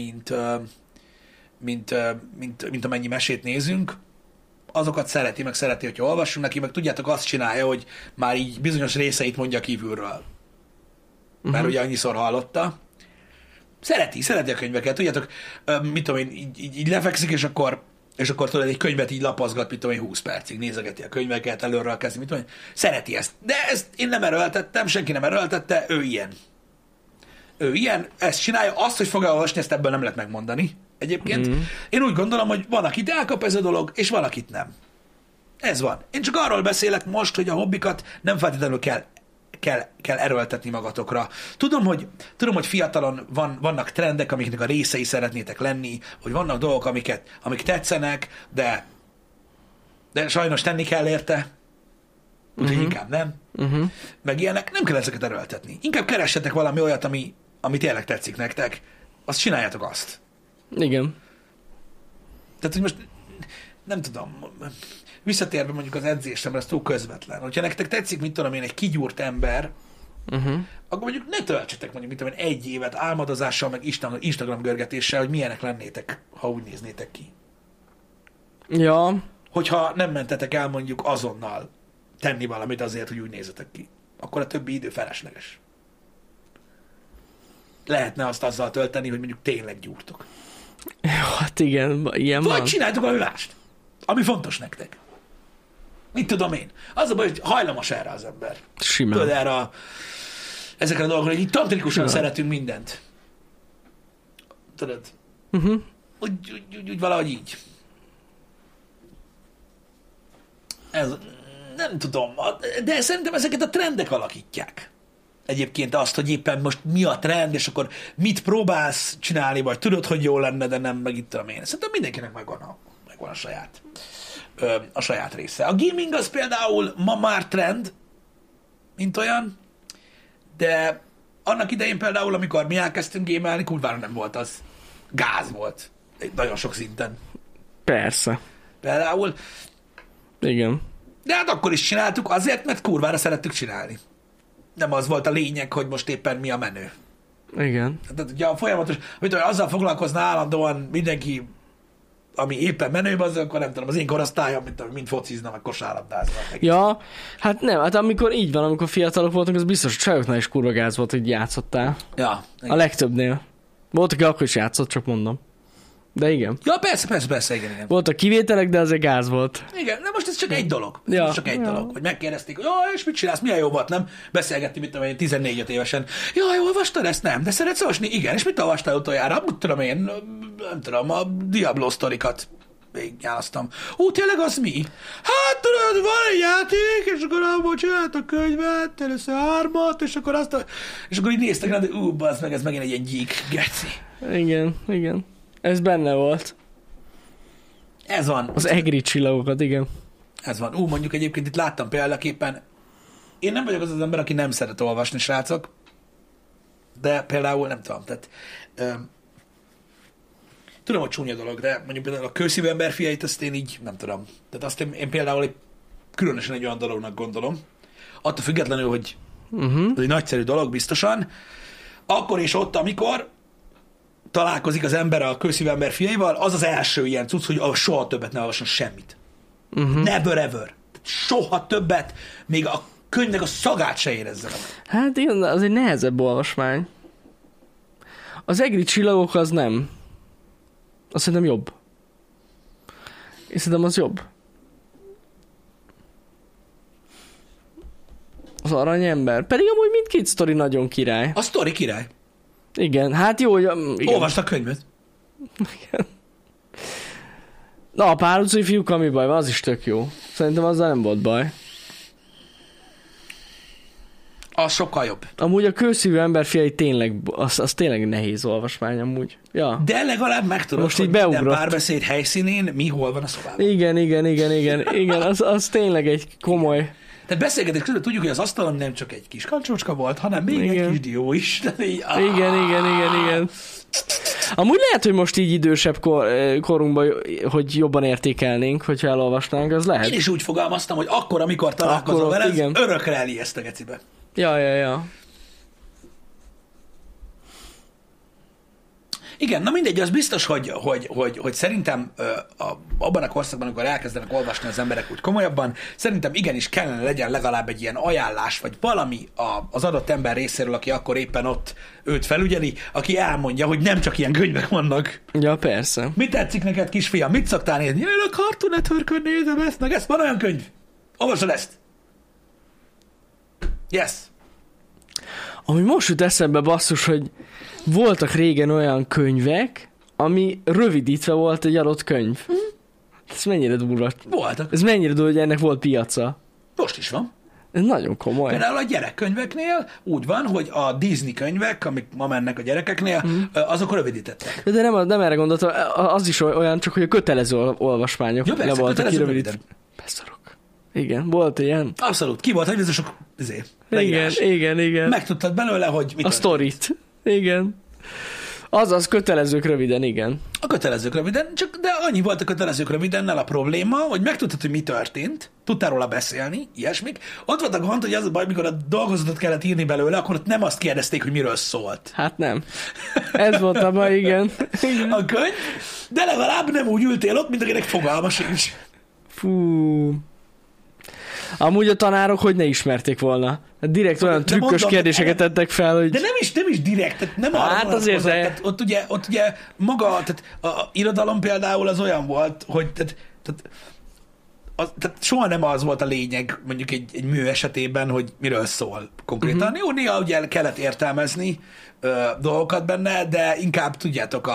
mint amennyi mesét nézünk. Azokat szereti, meg szereti, hogyha olvassunk neki, meg tudjátok, azt csinálja, hogy már így bizonyos részeit mondja kívülről. Mert ugye annyiszor hallotta. Szereti a könyveket. Tudjátok, mit tudom én, így lefekszik, és akkor és akkor tudod, egy könyvet így lapozgat, mit tudom én, 20 percig nézegeti a könyveket, előről kezdi, mit tudom én. Szereti ezt. De ezt én nem erőltettem, senki nem erőltette, ő ilyen. Ő ilyen, ezt csinálja, azt, hogy fog elolvasni, ezt ebből nem lehet megmondani egyébként. Én úgy gondolom, hogy van, akit elkap ez a dolog, és van, akit nem. Ez van. Én csak arról beszélek most, hogy a hobbikat nem feltétlenül kell erőltetni magatokra. Tudom, hogy fiatalon vannak trendek, amiknek a részei szeretnétek lenni, hogy vannak dolgok, amik tetszenek, de sajnos tenni kell érte, úgyhogy inkább nem. Meg ilyenek, nem kell ezeket erőltetni. Inkább keressetek valami olyat, ami tényleg tetszik nektek, azt csináljátok azt. Igen. Tehát, hogy most nem tudom, visszatérve mondjuk az edzésemre, ez túl közvetlen. Hogyha nektek tetszik, mit tudom én, egy kigyúrt ember, akkor mondjuk ne töltsetek mondjuk, mit tudom én, 1 évet álmodozással, meg Instagram görgetéssel, hogy milyenek lennétek, ha úgy néznétek ki. Ja. Hogyha nem mentetek el mondjuk azonnal tenni valamit azért, hogy úgy nézzetek ki, akkor a többi idő felesleges. Lehetne azt azzal tölteni, hogy mondjuk tényleg gyúrtok. Jó, hát igen, ilyen Vagy van. csináltok valami mást, ami fontos nektek. Mit tudom én? Az a baj, hogy hajlamos erre az ember. Simán. Tudod, ezekre a dolgokra, hogy így tantrikusan szeretünk mindent. Tudod? Úgy valahogy így. Ez, nem tudom, de szerintem ezeket a trendek alakítják. Egyébként azt, hogy éppen most mi a trend, és akkor mit próbálsz csinálni, vagy tudod, hogy jó lenne, de nem, meg itt tudom én. Szerintem mindenkinek megvan a saját része. A gaming az például ma már trend, mint olyan, de annak idején például, amikor mi elkezdtünk gémelni, kurvára nem volt az. Gáz volt. Nagyon sok szinten. Persze. Például. Igen. De hát akkor is csináltuk azért, mert kurvára szerettük csinálni. Nem az volt a lényeg, hogy most éppen mi a menő. Igen. Tehát ugye a folyamatos, hogy azzal foglalkozna állandóan mindenki, ami éppen menőben, az akkor nem tudom, az én korosztályom, mint focizna, meg kosárlabdázna. Ja, hát nem, hát amikor így van, amikor fiatalok voltunk, az biztos, hogy csajoknál is kurva gáz volt, hogy játszottál. Ja. A legtöbbnél. Volt, aki akkor is játszott, csak mondom. De igen. Ja, persze, igen. Voltak kivételek, de azért gáz volt. Igen, de most ez csak egy dolog. Ja, Most csak egy dolog, hogy megkérdezték, hogy és mit csinálsz, milyen jó volt, nem? Beszélgetti, mit tudom én, 14 évesen. Jaj, olvastad ezt? Nem, de szeretsz olvasni? Igen, és mit olvastál utoljára? Mit tudom én, nem tudom, a Diablo sztorikat végignyálasztam. Tényleg az mi? Hát tudod, van egy játék, és akkor abból csináltak könyvet, először 3-at, és akkor így néztek rá, de bazd meg, ez megint egy ilyen gyík, geci. Igen. Ez benne volt. Ez van. Az egri csillagokat, igen. Ez van. Mondjuk egyébként itt láttam példaképpen, én nem vagyok az ember, aki nem szeret olvasni, srácok, de például nem tudom, tehát tudom, hogy csúnya dolog, de mondjuk például a kőszívű ember fiait, azt én így nem tudom. Tehát azt én például különösen egy olyan dolognak gondolom, attól függetlenül, hogy ez egy nagyszerű dolog, biztosan, akkor és ott, amikor találkozik az ember a kőszívű ember fiaival, az az első ilyen cucc, hogy soha többet ne olvasson semmit. Never ever. Soha többet, még a könyvnek a szagát se érezze meg. Hát igen, az egy nehezebb olvasmány. Az egri csillagok az nem. Azt szerintem jobb. Én szerintem az jobb. Az aranyember. Pedig amúgy mindkét sztori nagyon király. A sztori király. Igen, hát jó, hogy... Olvasd a könyvet. Igen. Na, a Pál utcai fiúk, ami baj van, az is tök jó. Szerintem azzal nem volt baj. Az sokkal jobb. Amúgy a kőszívű ember fiai tényleg, az tényleg nehéz olvasmány amúgy. Ja. De legalább megtudod, most hogy így minden beugrott. párbeszéd helyszínén mi hol van a szobában. Igen, az tényleg egy komoly... Tehát beszélgetés közben tudjuk, hogy az asztalon nem csak egy kis kancsócska volt, hanem még Igen. egy kis dió is. Tehát így, Igen. Amúgy lehet, hogy most így idősebb korunkban, hogy jobban értékelnénk, hogyha elolvasnánk, az lehet. Én is úgy fogalmaztam, hogy akkor, amikor találkozom vele, ez igen. örökre elijeszt a gecibe. Igen, na mindegy, az biztos, hogy szerintem abban a korszakban, amikor elkezdenek olvasni az emberek úgy komolyabban, szerintem igenis kellene legyen legalább egy ilyen ajánlás, vagy valami az adott ember részéről, aki akkor éppen ott őt felügyeli, aki elmondja, hogy nem csak ilyen könyvek vannak. Ja, persze. Mit tetszik neked, kisfiam? Mit szoktál nézni? Én a Cartoon Networkön nézem ezt, meg ezt. Van olyan könyv. Olvasod ezt. Yes. Ami most jut eszembe, basszus, hogy voltak régen olyan könyvek, ami rövidítve volt egy adott könyv. Ez mennyire durva. Voltak. Ez mennyire durva, hogy ennek volt piaca. Most is van. Ez nagyon komoly. Például a gyerekkönyveknél úgy van, hogy a Disney könyvek, amik ma mennek a gyerekeknél, azok rövidítettek. De nem erre gondoltam, az is olyan, csak hogy a kötelező olvasmányok Ja, persze, kötelező röviden. Beszarok. Igen, volt ilyen. Abszolút. Ki volt, hogy ez sok Igen. Megtudtad belőle, hogy mit a sztorit. Igen. Azaz, kötelezők röviden, igen. A kötelezők röviden, de annyi volt a kötelezők rövidennel a probléma, hogy megtudtad, hogy mi történt, tudtál róla beszélni, ilyesmik. Ott volt a gond, hogy az a baj, mikor a dolgozatot kellett írni belőle, akkor ott nem azt kérdezték, hogy miről szólt. Hát nem. Ez volt a baj, igen. A könyv, de legalább nem úgy ültél ott, mint akinek fogalma sincs. Fú. Amúgy a tanárok hogy ne ismerték volna? Direkt olyan trükkös kérdéseket tettek fel, hogy... De nem is direkt, tehát nem arra hát azért, de... ott ugye maga, tehát a irodalom például az olyan volt, hogy tehát soha nem az volt a lényeg, mondjuk egy mű esetében, hogy miről szól konkrétan. Jó, néha ugye kellett értelmezni dolgokat benne, de inkább tudjátok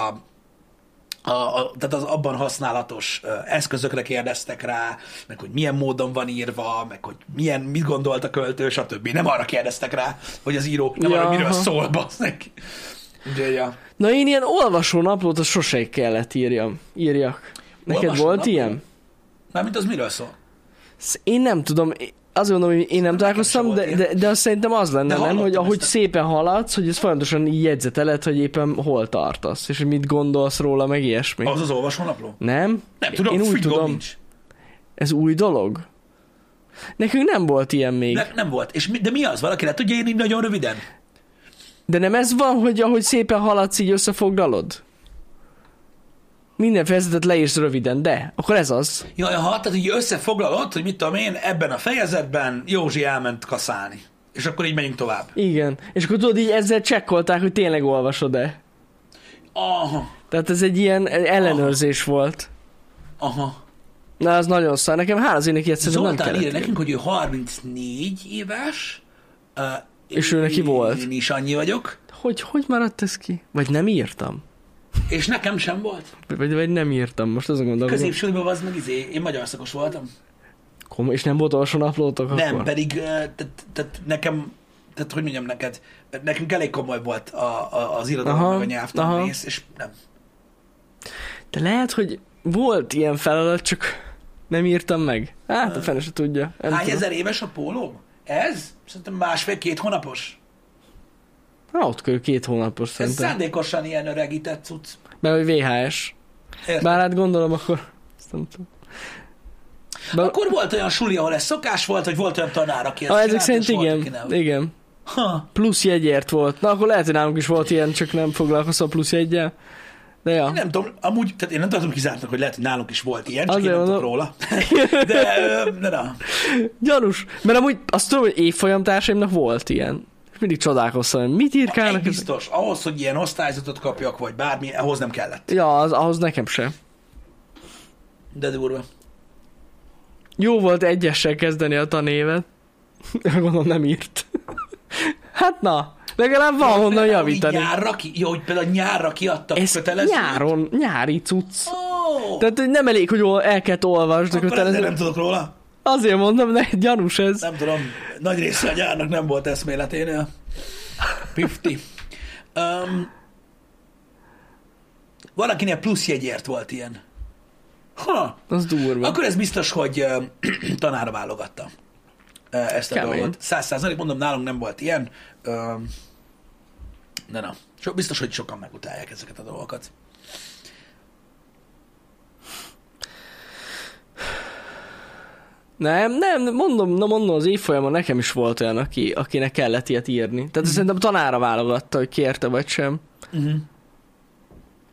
tehát az abban használatos eszközökre kérdeztek rá, meg hogy milyen módon van írva, meg hogy mit gondolt a költő, stb. Nem arra kérdeztek rá, hogy az író nem arra, miről szól, bassznek. Ja. Na én ilyen olvasó naplót sose kellett írjak. Neked olvasó volt napló? Ilyen? Mármint az miről szól? Én nem tudom, azt gondolom, hogy én nem találkoztam, de azt szerintem az lenne, nem, hogy ahogy szépen haladsz, hogy ez folyamatosan így jegyzeteled, hogy éppen hol tartasz, és hogy mit gondolsz róla, meg ilyesmi. Az az olvasónapló? Nem? Nem tudom, én úgy tudom. Nincs. Ez új dolog? Nekünk nem volt ilyen még. Nem volt. De mi az? Valaki le tudja írni nagyon röviden? De nem ez van, hogy ahogy szépen haladsz, így összefoglalod? Minden fejezetet leírsz röviden, de akkor ez az. Jaj, tehát így összefoglalod, hogy mit tudom én, ebben a fejezetben Józsi elment kaszálni. És akkor így megyünk tovább. Igen. És akkor tudod, így ezzel csekkolták, hogy tényleg olvasod-e. Aha. Tehát ez egy ilyen ellenőrzés volt. Aha. Na, az nagyon szar. Nekem azért neki egyszerűen nem kellett. Zoltán írja nekünk, hogy ő 34 éves. És ő neki volt. Én is annyi vagyok. Hogy maradt ez ki? Vagy nem írtam? És nekem sem volt. Vagy nem írtam, most azon gondolom. Középsőben az meg én magyar szakos voltam. És nem volt olvasónaplótok akkor? Nem, pedig tehát nekem, tehát hogy mondjam neked, nekünk elég komoly volt az irodalom meg a nyelvtan rész, és nem. De lehet, hogy volt ilyen feladat, csak nem írtam meg. Hát a fene se tudja. Hány ezer éves a póló? Ez? Szerintem 1,5-2 hónapos. Ott körül 2 hónapos szerintem. Ez szándékosan ilyen öregített cucc. Mert hogy VHS. Értem. Bár hát gondolom, akkor... Nem tudom. Akkor volt olyan suli, ahol ez szokás volt, hogy volt olyan tanár, aki ezt ezek szerint igen. Plusz jegyért volt. Na akkor lehet, hogy nálunk is volt ilyen, csak nem foglalkozom plusz jeggyel. De ja. Én nem tudom, amúgy, tehát én nem tartom kizártnak, hogy lehet, hogy nálunk is volt ilyen, csak én nem tudok róla. de na. Gyanús. Mert amúgy azt tudom, hogy évfolyamtársaimnak volt ilyen. Mindig csodálkoztam, hogy mit írkálnak. Biztos, ahhoz, hogy ilyen osztályzatot kapjak, vagy bármi, ahhoz nem kellett. Ja, ahhoz nekem sem. De durva. Jó volt egyessel kezdeni a tanévet. Gondolom nem írt. Hát na, legalább van honnan javítani. Hogy például nyárra kiadtak kötelezőt. Nyári cucc. Oh. Tehát hogy nem elég, hogy el kell olvasd a kötelezőt. Nem tudok róla. Azért mondom, de gyanús ez. Nem tudom, nagy része a nyárnak nem volt eszméleténél. 50. Valakinél plusz jegyért volt ilyen. Az durva. Akkor ez biztos, hogy tanára válogatta ezt a dolgot. 100%, mondom, nálunk nem volt ilyen. De na, biztos, hogy sokan megutálják ezeket a dolgokat. Nem, mondom, az évfolyamon nekem is volt olyan, akinek kellett ilyet írni. Tehát szerintem tanára válogatta, hogy kérte vagy sem.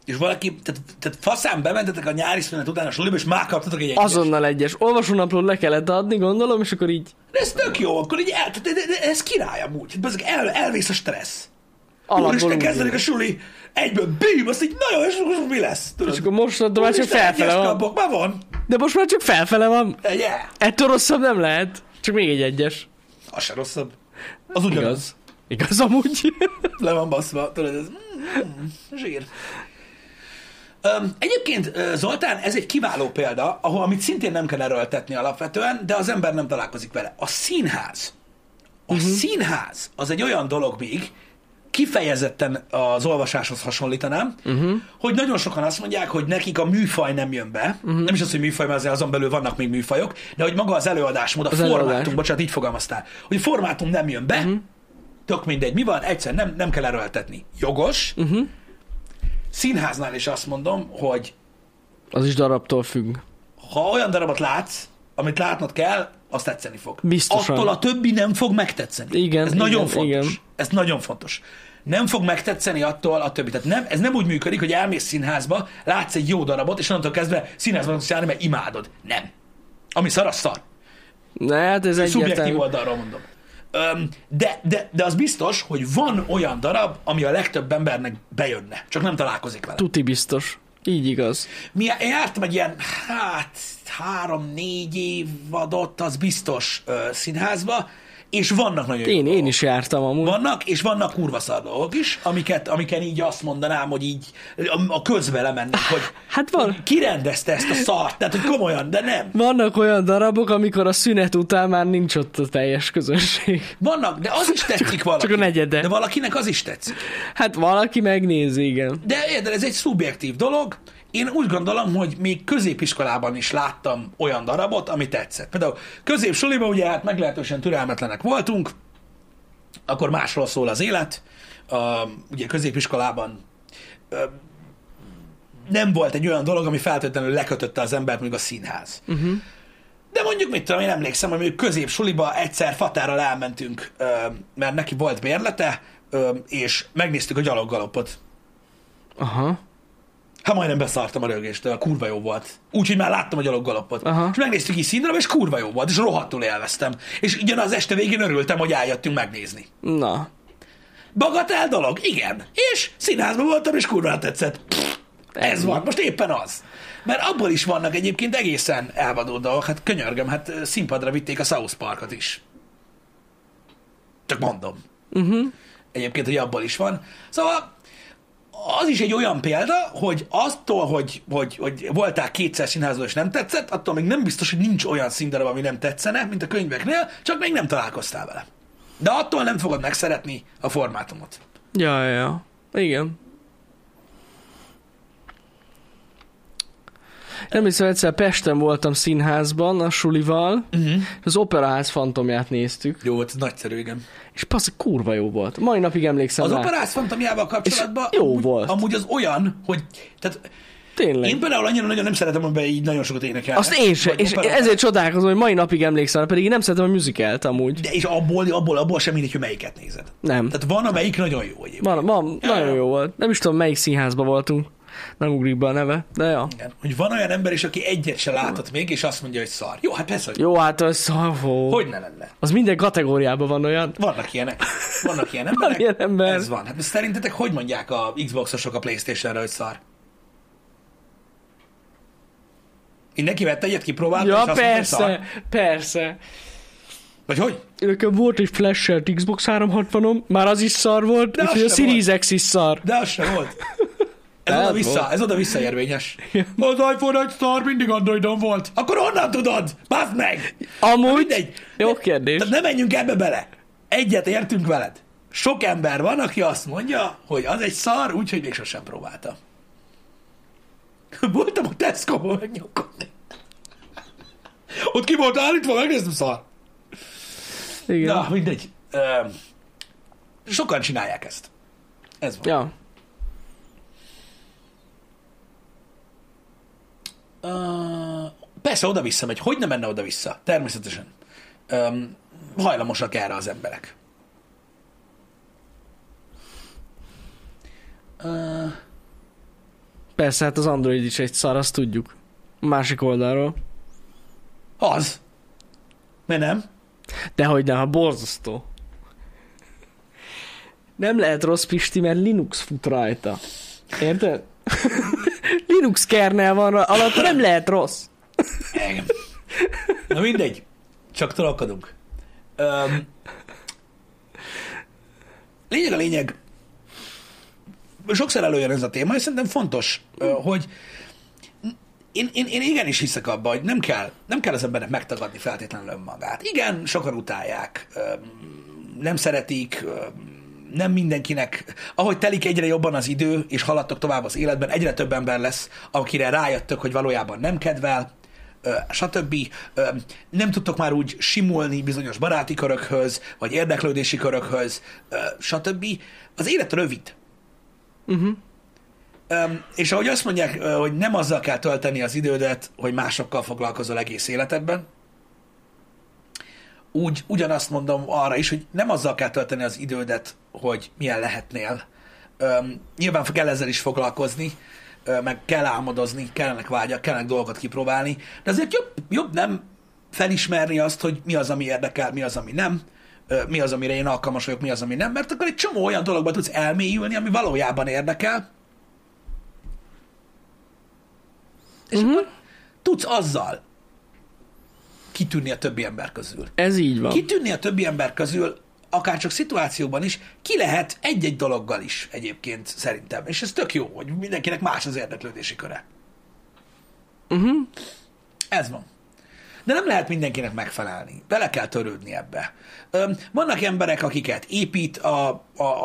és valaki, tehát faszán bementetek a nyári szünet után a suliba, és már kaptatok egy egyes. Azonnal egyes. Olvasónaplót le kellett adni, gondolom, és akkor így De ez tök jó, akkor így de ez király amúgy. Ezek elvész a stressz. alapból Úristen, úgy kezdődik a suli, egyből bím, azt így nagyon, és mi lesz? Tudod? és akkor most már csak felfele van. Kapok, már van. De most már csak felfele van. Yeah. Ettől rosszabb nem lehet. Csak még egy egyes. Az se rosszabb. Az ugyanaz. Igaz amúgy. Le van baszva, tudod, ez zsír. Egyébként, Zoltán, ez egy kiváló példa, ahol amit szintén nem kell erőltetni alapvetően, de az ember nem találkozik vele. A színház. A színház az egy olyan dolog még, kifejezetten az olvasáshoz hasonlítanám, hogy nagyon sokan azt mondják, hogy nekik a műfaj nem jön be. Nem is az, hogy műfaj, mert azért azon belül vannak még műfajok, de hogy maga az előadásmód, a formátum, bocsánat, így fogalmaztál, hogy a formátum nem jön be, tök mindegy, mi van, egyszer nem kell erőltetni. Jogos. Színháznál is azt mondom, hogy Az is darabtól függ. ha olyan darabot látsz, amit látnod kell, azt tetszeni fog. Biztosan. Attól a többi nem fog megtetszeni. Igen, ez nagyon igen, fontos. igen. Ez nagyon fontos. Nem fog megtetszeni attól a többi. Tehát ez nem úgy működik, hogy elmész színházba, látsz egy jó darabot, és onnantól kezdve színházba tudsz járni, mert imádod. Nem. Ami szar, az szar. Ne, hát ez Szubjektív egyértelmű. oldalról mondom. De az biztos, hogy van olyan darab, ami a legtöbb embernek bejönne. Csak nem találkozik vele. Tuti biztos. Így igaz. Én jártam egy ilyen, 3-4 évadot, az biztos színházba, és vannak nagyon jó Én dolgok. is jártam amúgy. Vannak, és vannak kurva szar dolgok is, amiken így azt mondanám, hogy így a közbe lemennek, hogy, Hát van. hogy kirendezte ezt a szart, tehát hogy komolyan, de nem. Vannak olyan darabok, amikor a szünet után már nincs ott a teljes közönség. Vannak, de az is tetszik valaki. Csak a negyede. De valakinek az is tetszik. Hát valaki megnézi, igen. De érted, ez egy szubjektív dolog. Én úgy gondolom, hogy még középiskolában is láttam olyan darabot, ami tetszett. Például középsuliban ugye hát meglehetősen türelmetlenek voltunk, akkor másról szól az élet. Ugye középiskolában nem volt egy olyan dolog, ami feltétlenül lekötötte az embert, mondjuk a színház. De mondjuk, mit tudom, én emlékszem, hogy mondjuk középsuliba egyszer Fatárral elmentünk, mert neki volt bérlete, és megnéztük a gyaloggalopot. Aha. Hát majdnem beszartam a rögéstől, kurva jó volt. Úgyhogy már láttam a gyaloggalopot. Aha. És megnéztük így színdarab, és kurva jó volt, és rohadtul élveztem. És ugyanaz este végén örültem, hogy eljöttünk megnézni. Na. Bagatel dolog? Igen. És színházban voltam, és kurva tetszett. Ez van, most éppen az. Mert abból is vannak egyébként egészen elvadó dolgok. Hát könyörgöm, hát színpadra vitték a South Parkot is. Csak mondom. Egyébként, hogy abból is van. Szóval az is egy olyan példa, hogy attól, hogy voltál kétszer színházban és nem tetszett, attól még nem biztos, hogy nincs olyan színdarab, ami nem tetszene, mint a könyveknél, csak még nem találkoztál vele. De attól nem fogod megszeretni a formátumot. Ja. Igen. Nem hiszem, egyszer Pesten voltam színházban a sulival, és az Operaház fantomját néztük, Jó volt, ez nagyszerű, igen. és passz, kurva jó volt. Mai napig emlékszem Az rá. Operász fantomjával kapcsolatban És jó volt. amúgy az olyan, hogy tehát Tényleg. én például annyira nagyon nem szeretem, hogy így nagyon sokat énekelnek. Azt én sem, Vagy és operát. ezért csodálkozom, hogy mai napig emlékszem, pedig én nem szeretem a musicalt amúgy. De és abból sem mindegy, hogy melyiket nézed. Nem. Tehát van, amelyik nagyon jó egyébként. Van, nagyon jó volt. Nem is tudom, melyik színházban voltunk. Nem ugrik be a neve, de ja. Igen. Hogy van olyan ember is, aki egyet se látott még, és azt mondja, hogy szar. Jó, hát persze, hogy Jó, hát az szavó. hogy ne lenne. Az minden kategóriában van olyan. Vannak ilyenek. Vannak ilyen emberek. ilyen ember. Ez van. Hát most szerintetek hogy mondják a Xboxosok a PlayStation-re, hogy szar? Mindenki vett egyet, kipróbált, és Ja, azt mondta, hogy szar? persze. Vagy hogy? Nekem volt egy flash-elt Xbox 360-om, már az is szar volt, De az úgyhogy a sem Series X is szar. De az sem volt. Tehát volt. Ez oda-vissza érvényes. Az iPhone egy szar mindig Androidon volt. Akkor honnan tudod? Baszd meg! Amúgy, Mindegy. jó kérdés. Tehát ne menjünk ebbe bele. Egyet értünk veled. Sok ember van, aki azt mondja, hogy az egy szar, úgyhogy még sosem próbálta. Voltam a Tesco-ban megnyugodni. Ott ki volt állítva, megnéztem, szar. Igen. Na, mindegy. Sokan csinálják ezt. Ez van. Ja. Persze oda-vissza megy. Hogy nem menne oda-vissza? Természetesen. Hajlamosak erre az emberek. Persze, hát az Android is egy szar, azt tudjuk. A másik oldalról. Az. Mert nem? Dehogy nem, ha borzasztó. Nem lehet rossz, Pisti, mert Linux fut rajta. Érted? Linux kernel van alatt, nem lehet rossz. Igen. Na mindegy. Csak trollkodunk. Lényeg a lényeg. Sokszor előjön ez a téma, és szerintem fontos, hogy én igenis hiszek abba, hogy nem kell az embernek megtagadni feltétlenül önmagát. Igen, sokan utálják, nem szeretik, nem mindenkinek. Ahogy telik egyre jobban az idő, és haladtok tovább az életben, egyre több ember lesz, akire rájöttök, hogy valójában nem kedvel, stb. Nem tudtok már úgy simulni bizonyos baráti körökhöz, vagy érdeklődési körökhöz, stb. Az élet rövid. Uh-huh. És ahogy azt mondják, hogy nem azzal kell tölteni az idődet, hogy másokkal foglalkozol egész életedben, úgy ugyanazt mondom arra is, hogy nem azzal kell tölteni az idődet, hogy milyen lehetnél. Nyilván kell ezzel is foglalkozni, meg kell álmodozni, kellenek vágyak, kellenek dolgokat kipróbálni, de azért jobb nem felismerni azt, hogy mi az, ami érdekel, mi az, ami nem, mi az, amire én alkalmas vagyok, mi az, ami nem, mert akkor egy csomó olyan dologba tudsz elmélyülni, ami valójában érdekel, és akkor tudsz azzal kitűnni a többi ember közül. Ez így van. Kitűnni a többi ember közül, akár csak szituációban is, ki lehet egy-egy dologgal is egyébként szerintem. És ez tök jó, hogy mindenkinek más az érdeklődési köre. Ez van. De nem lehet mindenkinek megfelelni. Bele kell törődni ebbe. Vannak emberek, akiket épít a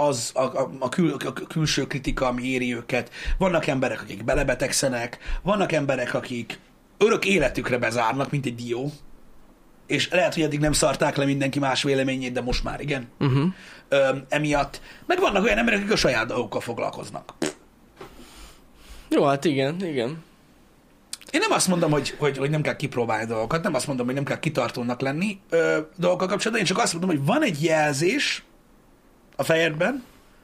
külső kritika, ami éri őket. Vannak emberek, akik belebetegszenek. Vannak emberek, akik örök életükre bezárnak, mint egy dió. És lehet, hogy eddig nem szarták le mindenki más véleményét, de most már igen. Emiatt. Meg vannak olyan emberek, akik a saját dolgokkal foglalkoznak. Jó, hát igen. Én nem azt mondom, hogy nem kell kipróbálni dolgokat, nem azt mondom, hogy nem kell kitartónak lenni dolgokkal kapcsolatban, én csak azt mondom, hogy van egy jelzés a fejedben,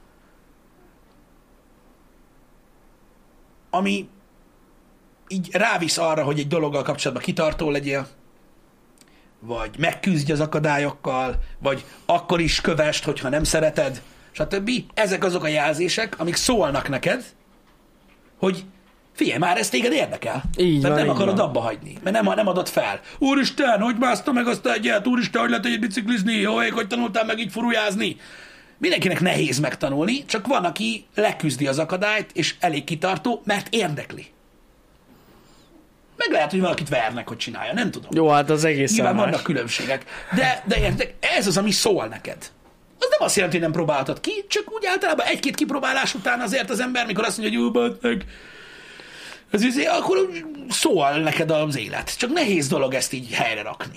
ami így rávisz arra, hogy egy dologgal kapcsolatban kitartó legyél, vagy megküzdj az akadályokkal, vagy akkor is kövesd, hogyha nem szereted, stb. Ezek azok a jelzések, amik szólnak neked, hogy figyelj, már ez téged érdekel. Így mert van, nem akarod van. abba hagyni, mert nem adod fel. Úristen, hogy mászta meg azt egyet? Úristen, hogy lehet egyet biciklizni? Jó, hogy tanultál meg így furujázni? Mindenkinek nehéz megtanulni, csak van, aki leküzdi az akadályt, és elég kitartó, mert érdekli. Meg lehet, hogy valakit vernek, hogy csinálja, nem tudom. Jó, hát az egészen Nyilván más. vannak különbségek. De értek, ez az, ami szól neked. Az nem azt jelenti, hogy nem próbáltad ki, csak úgy általában egy-két kipróbálás után azért az ember, mikor azt mondja, hogy ez izé, akkor szól neked az élet. Csak nehéz dolog ezt így helyre rakni.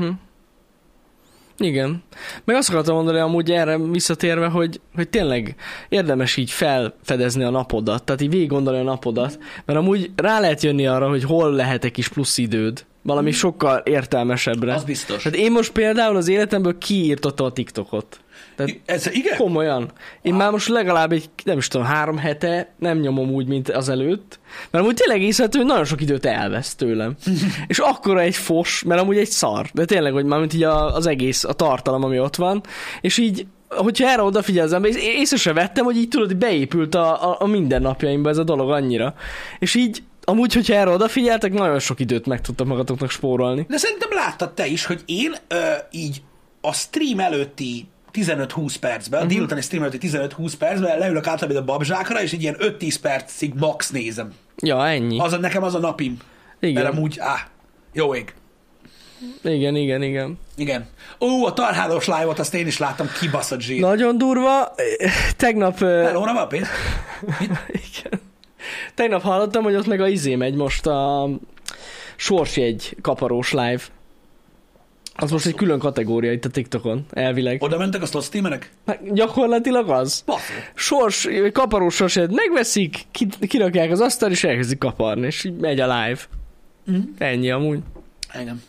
Igen. Meg azt akartam mondani amúgy erre visszatérve, hogy tényleg érdemes így felfedezni a napodat, tehát így végig gondolni a napodat, mert amúgy rá lehet jönni arra, hogy hol lehet egy kis plusz időd. Valami sokkal értelmesebbre. Az biztos. Tehát én most például az életemből kiírtottam a TikTokot. Tehát ez, igen? komolyan. Én már most legalább egy, nem is tudom, 3 hete nem nyomom úgy, mint az előtt, mert amúgy tényleg észrevettem, hogy nagyon sok időt elvesz tőlem. És akkora egy fos, mert amúgy egy szar, de tényleg, hogy már mint így az egész, a tartalom, ami ott van, és így, hogyha erre odafigyel az ember, észre se vettem, hogy így tudod, hogy beépült a mindennapjaimba ez a dolog annyira. És így amúgy, hogyha erre odafigyeltek, nagyon sok időt meg tudtak magatoknak spórolni. De szerintem láttad te is, hogy én így a stream előtti 15-20 percben, a délutáni stream előtti 15-20 percben leülök általában a babzsákra, és egy ilyen 5-10 percig max nézem. Ja, ennyi. Nekem az a napim. Igen. Mert amúgy, jó ég. Igen. Igen. A tarhálós live-ot azt én is láttam, kibaszott zsír. Nagyon durva. Tegnap... Hello, van pénz? Igen. Tegnap hallottam, hogy ott meg a izé megy most a sorsjegy kaparós live. Az most egy külön kategória itt a TikTokon, elvileg. Oda mentek a slot streamerek? Gyakorlatilag az. Kaparós sorsjegy megveszik, kirakják az asztal, és elkezdik kaparni, és így megy a live. Ennyi amúgy. Igen.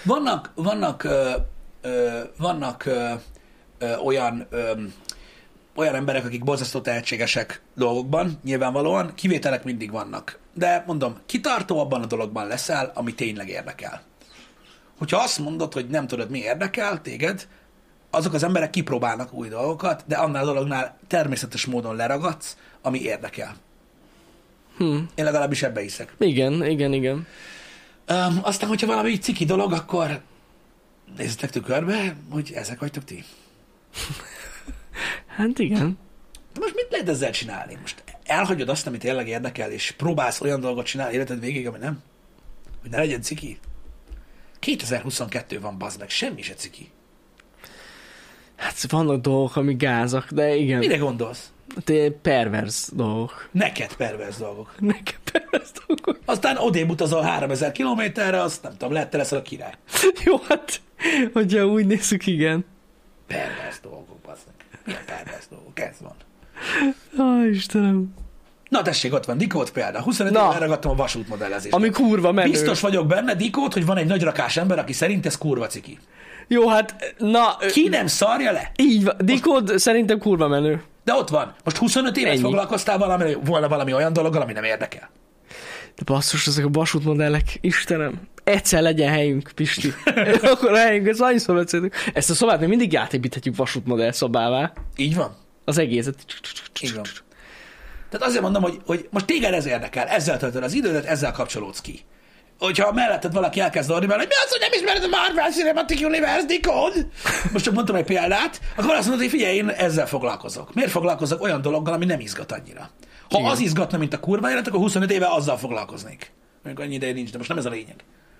Vannak olyan olyan emberek, akik borzasztó tehetségesek dolgokban, nyilvánvalóan, kivételek mindig vannak. De mondom, kitartó abban a dologban leszel, ami tényleg érdekel. Hogyha azt mondod, hogy nem tudod, mi érdekel téged, azok az emberek kipróbálnak új dolgokat, de annál a dolognál természetes módon leragadsz, ami érdekel. Én legalábbis ebbe hiszek. Igen. Aztán, hogyha valami ciki dolog, akkor nézzetek tükörbe, hogy ezek vagytok ti. Hát igen. De most mit lehet ezzel csinálni? Most elhagyod azt, amit tényleg érdekel, és próbálsz olyan dolgot csinálni életed végig, ami nem? Hogy ne legyen ciki? 2022 van, bazd meg, semmi se ciki. Hát vannak dolgok, ami gázak, de igen. Mire gondolsz? Perverz dolgok. Neked perverz dolgok. Nekem perverz dolgok. Aztán odébb utazol 3000 kilométerre, azt nem tudom, lehet te leszel a király. Jó, hát, hogyha úgy nézzük, igen. Perverz dolgok, bazd meg. Milyen perverz dolgok? Ez van. Istenem. Na tessék, ott van Dikót példa. 25 éve elragadtam a vasútmodellezést. Ami kurva menő. Biztos vagyok benne, Dikót, hogy van egy nagy rakás ember, aki szerint ez kurva ciki. Jó, hát, na... Ki nem szarja le? Így van. Dikód szerintem kurva menő. De ott van. Most 25 évet foglalkoztál volna valami olyan dologgal, ami nem érdekel. De basszus, ezek a vasútmodellek, Istenem. Egyszer legyen helyünk, Pisti. Akkor helyünk, ez annyiszor beszéltünk. Ezt a szobát még mindig átépíthetjük vasútmodell szobává. Így van. Az egészet. Így van. Tehát azért mondom, hogy most téged ez érdekel, ezzel töltöd az idődet, ezzel kapcsolódsz ki. Hogyha melletted valaki elkezd adni vele, hogy mi az, hogy nem ismered a Marvel Cinematic Universe, Dikód? Most csak mondtam egy példát, akkor azt mondod, hogy figyelj, én ezzel foglalkozok. Miért foglalkozok olyan dologgal, ami nem izgat annyira? Ha igen. Az izgatna, mint a kurva élet, akkor 25 éve azzal foglalkoznék. Mondjuk annyi ideje nincs, de most nem ez a lényeg.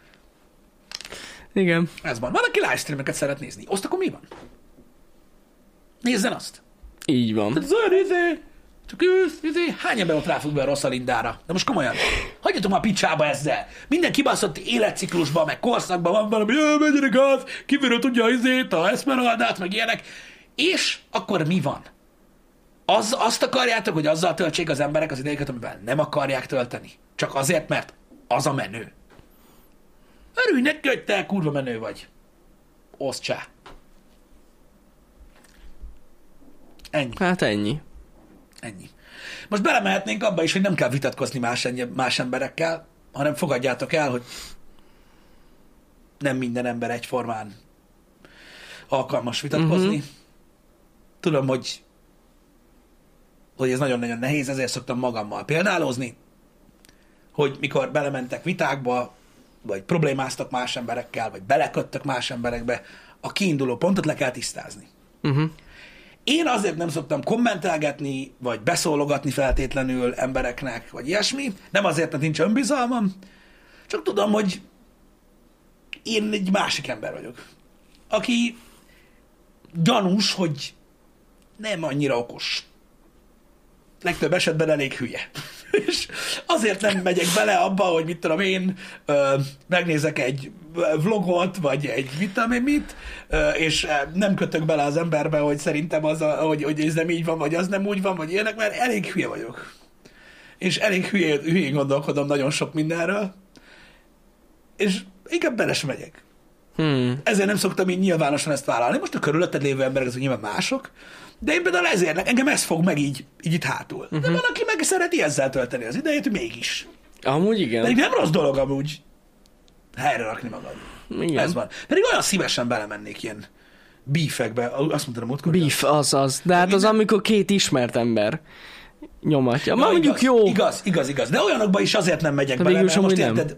Igen. Ez van. Van, aki livestreameket szeret nézni. Azt akkor mi van? Nézzen azt. Így van. Tehát az csak hány ember ott ráfog be a Rosalindára? De most komolyan, hagyjatok már picsába ezzel. Minden kibaszott életciklusban, meg korszakban van valami, menjenek gáz, kivéről tudja a Esmeraldát, meg ilyenek. És akkor mi van? Azt akarjátok, hogy azzal töltsék az emberek az idejüket, amivel nem akarják tölteni? Csak azért, mert az a menő. Örülj neki, hogy te kurva menő vagy. Oszcsá. Ennyi. Hát ennyi. Ennyi. Most belemehetnénk abba is, hogy nem kell vitatkozni más emberekkel, hanem fogadjátok el, hogy nem minden ember egyformán alkalmas vitatkozni. Tudom, hogy ez nagyon-nagyon nehéz, ezért szoktam magammal példálózni, hogy mikor belementek vitákba, vagy problémáztak más emberekkel, vagy beleköttök más emberekbe, a kiinduló pontot le kell tisztázni. Én azért nem szoktam kommentelgetni, vagy beszólogatni feltétlenül embereknek, vagy ilyesmi. Nem azért, mert nincs önbizalmam, csak tudom, hogy én egy másik ember vagyok, aki gyanús, hogy nem annyira okos. Legtöbb esetben elég hülye. És azért nem megyek bele abba, hogy mit tudom én, megnézek egy vlogot, vagy egy mit tudom én mit, és nem kötök bele az emberbe, hogy szerintem az, hogy ez nem így van, vagy az nem úgy van, vagy ilyenek, mert elég hülye vagyok. És elég hülyén gondolkodom nagyon sok mindenről, és inkább bele sem megyek. Ezért nem szoktam így nyilvánosan ezt vállalni. Most a körülötted lévő emberek azok nyilván mások, de én például ezért, engem ez fog meg így itt hátul. De van, aki meg szereti ezzel tölteni az idejét, mégis. Amúgy igen. Pedig nem rossz dolog amúgy helyre rakni magad. Igen. Ez van. Pedig olyan szívesen belemennék ilyen beefekbe, azt mondtam a múltkor. Beef, az. De hát az, amikor két ismert ember nyomatja. Ma mondjuk jó. Igaz. De olyanokba is azért nem megyek bele, mert most érted...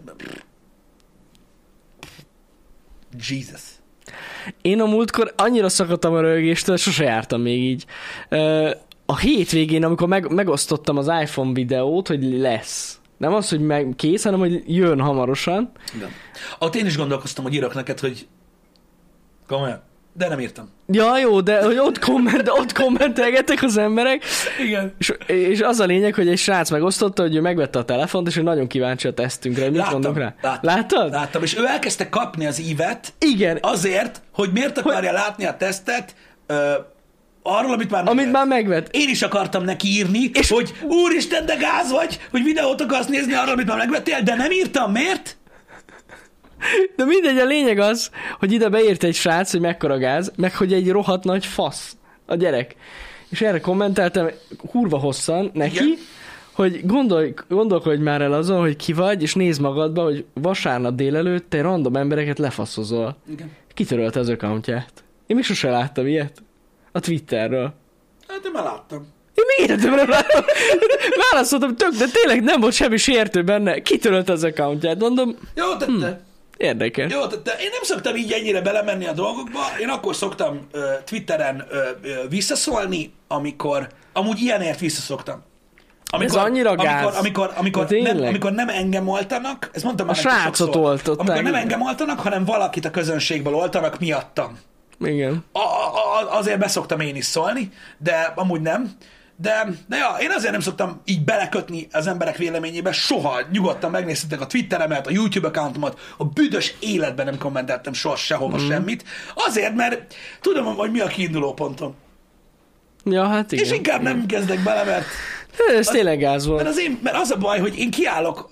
Jesus. Én a múltkor annyira szakadtam a röhögéstől, sose jártam még így. A hétvégén, amikor megosztottam az iPhone videót, hogy lesz. Nem az, hogy kész, hanem hogy jön hamarosan. Igen. Ott én is gondolkoztam, hogy írok neked, hogy komolyan, de nem írtam. Ja, jó, de hogy ott kommentelgettek az emberek. Igen. És az a lényeg, hogy egy srác megosztotta, hogy ő megvette a telefont, és ő nagyon kíváncsi a tesztünkre. Mit mondok rá? Láttad? Láttam, és ő elkezdte kapni az ívet. Igen. Azért, hogy miért akarja látni a tesztet arról, amit már megvett. Én is akartam neki írni, és hogy úristen, de gáz vagy, hogy videót akarsz nézni arról, amit már megvettél, de nem írtam. Miért? De mindegy, a lényeg az, hogy ide beírt egy srác, hogy mekkora gáz, meg hogy egy rohadt nagy fasz a gyerek. és erre kommenteltem kurva hosszan neki, Igen. hogy gondolkodj már el azon, hogy ki vagy, és nézd magadba, hogy vasárnap délelőtt te random embereket lefaszozol. Igen. Kitörölte az accountját. Én még sose láttam ilyet. A Twitterről. Hát én már láttam. Én még életemre láttam. Válaszoltam de tényleg nem volt semmi sértő benne. Kitörölte az accountját. Mondom, Jó tette. érdekes. Jó tette. Én nem szoktam így ennyire belemenni a dolgokba. Én akkor szoktam Twitteren visszaszólni, amikor... Amúgy ilyenért visszaszoktam. Ez annyira gáz. Amikor nem engem oltanak, ezt mondtam A már neki srácot sokszor. oltották. Amikor nem engem oltanak, hanem valakit a közönségből oltanak miattam. Igen. Azért beszoktam én is szólni, de amúgy nem. De ja, én azért nem szoktam így belekötni az emberek véleményébe, soha nyugodtan megnéztétek a Twitteremet, a YouTube accountomat, a büdös életben nem kommenteltem soha sehova semmit. Azért, mert tudom, hogy mi a kiinduló pontom. Ja, hát igen. És inkább nem kezdek bele, mert Ez tényleg gáz volt. mert az a baj, hogy én kiállok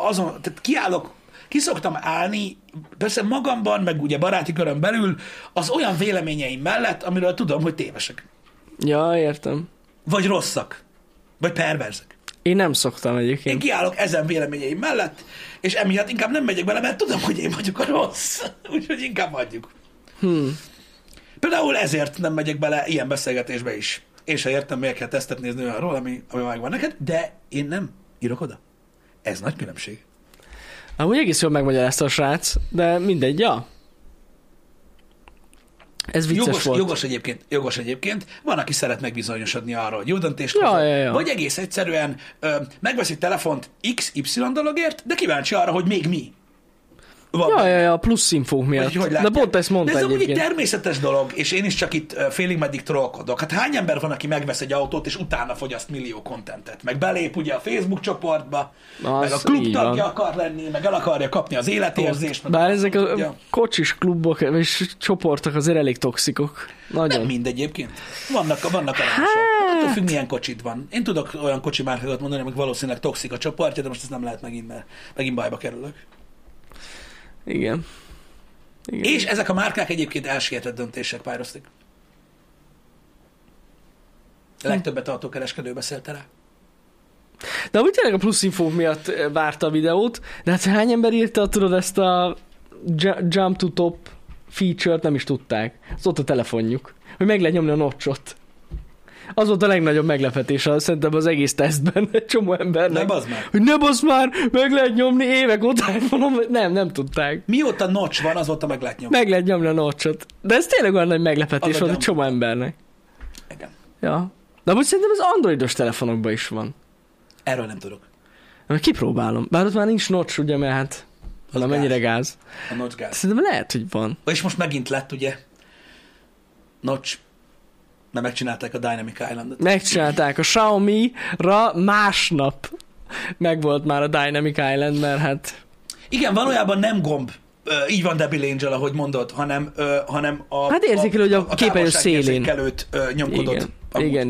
ki szoktam állni, persze magamban, meg ugye baráti körön belül, az olyan véleményeim mellett, amiről tudom, hogy tévesek. Ja, értem. Vagy rosszak. Vagy perverzek. Én nem szoktam Én egyébként. kiállok ezen véleményeim mellett, és emiatt inkább nem megyek bele, mert tudom, hogy én vagyok a rossz. Úgyhogy inkább hagyjuk. Például ezért nem megyek bele ilyen beszélgetésbe is. Én sem értem, miért kell tesztet nézni olyanról, ami megvan neked, de én nem írok oda. Ez nagy különbség. Amúgy egész jól megmagyarázta a srác, de mindegy, ja. Ez vicces volt. Jogos egyébként. Van, aki szeret megbizonyosodni arról, hogy jó döntést Ja, hozott. ja. Vagy egész egyszerűen megvesz egy telefont XY dologért, de kíváncsi arra, hogy még mi van. Ja, plusz infók miatt. De pont ezt mondta de ez amúgy egy egyébként. természetes dolog, és én is csak itt félig meddig trollkodok. Hát hány ember van, aki megvesz egy autót, és utána fogyaszt millió kontentet? Meg belép ugye a Facebook csoportba, meg a klub tagja akar lenni, meg el akarja kapni az életérzést. Bár ezek a kocsis klubok és csoportok azért elég toxikok. Nagyon. Nem mind egyébként. Vannak arányosak. Attól függ, milyen kocsid van. Én tudok olyan kocsi márkákat mondani, amik valószínűleg toxik a csoportja, de most ezt nem lehet megint, mert megint bajba kerülök. Igen. És ezek a márkák egyébként elsietett döntések, Párosztik. A legtöbbet autókereskedő beszélte rá. De amúgy tényleg a plusz infók miatt várta a videót, de hát hány ember írta, tudod, ezt a jump to top feature-t nem is tudták. Az ott a telefonjuk. Hogy meg lehet nyomni a notchot. Az volt a legnagyobb meglepetés, szerintem az egész tesztben egy csomó embernek. Ne bazd már. Hogy ne bazd már, meg lehet nyomni, évek óta mondom, nem tudták. Mióta notch van, azóta meg lehet nyomni. Meg lehet nyomni a notchot. De ez tényleg olyan nagy meglepetés volt egy csomó embernek. Igen. Ja. De most szerintem az androidos telefonokban is van. Erről nem tudok. Kipróbálom. Bár ott már nincs notch, ugye, mert hát Az mennyire gáz. A notch gáz. Szerintem lehet, hogy van. És most megint lett, ugye, notch, mert megcsinálták a Dynamic Islandot. Megcsinálták a Xiaomi-ra másnap. Megvolt már a Dynamic Island, mert hát... Igen, valójában nem gomb, így van Debbie Angel, ahogy mondod, hanem a... Hát érzékelő, hogy a képernyő szélén. távolságérzékelőt nyomkodod. Igen.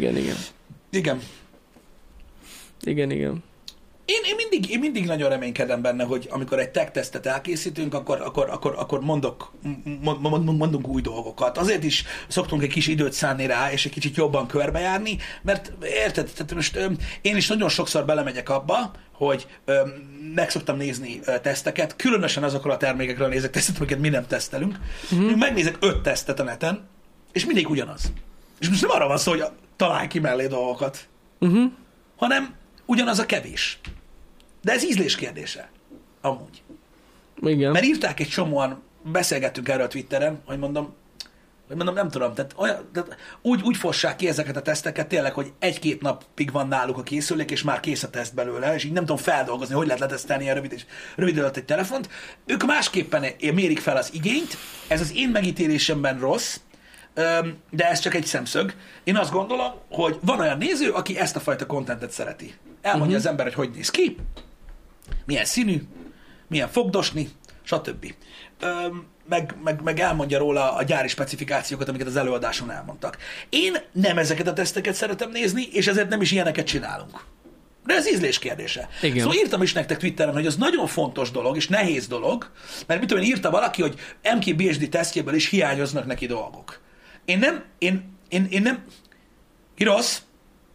Igen. Én mindig nagyon reménykedem benne, hogy amikor egy tech tesztet elkészítünk, akkor mondunk új dolgokat. Azért is szoktunk egy kis időt szánni rá, és egy kicsit jobban körbejárni, mert érted, tehát most én is nagyon sokszor belemegyek abba, hogy meg szoktam nézni teszteket, különösen azokról a termékekről nézek tesztet, amiket mi nem tesztelünk. Megnézek 5 tesztet a neten, és mindig ugyanaz. És most nem arra van szó, hogy találj ki mellé dolgokat, hanem ugyanaz a kevés. De ez ízlés kérdése. Amúgy. Igen. Mert írták egy csomóan, beszélgettünk erről a Twitteren, hogy mondom, nem tudom, tehát úgy fossák ki ezeket a teszteket tényleg, hogy 1-2 napig van náluk a készülék, és már kész a teszt belőle, és így nem tudom feldolgozni, hogy lehet letesztelni ilyen rövid alatt egy telefont. Ők másképpen mérik fel az igényt, ez az én megítélésemben rossz, de ez csak egy szemszög. Én azt gondolom, hogy van olyan néző, aki ezt a fajta kontentet szereti. Elmondja az ember, hogy néz ki, milyen színű, milyen fogdosni, stb. Meg elmondja róla a gyári specifikációkat, amiket az előadáson elmondtak. Én nem ezeket a teszteket szeretem nézni, és ezért nem is ilyeneket csinálunk. De ez ízlés kérdése. Igen. Szóval írtam is nektek Twitteren, hogy az nagyon fontos dolog, és nehéz dolog, mert mit tudom, írta valaki, hogy MKBHD tesztjéből is hiányoznak neki dolgok. Én Girosz,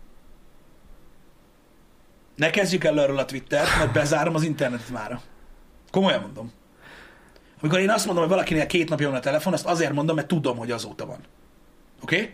ne kezdjük el erről a Twittert, mert bezárom az internetet mára. Komolyan mondom. Amikor én azt mondom, hogy valakinél 2 napja van a telefon, azt azért mondom, mert tudom, hogy azóta van. Oké? Okay?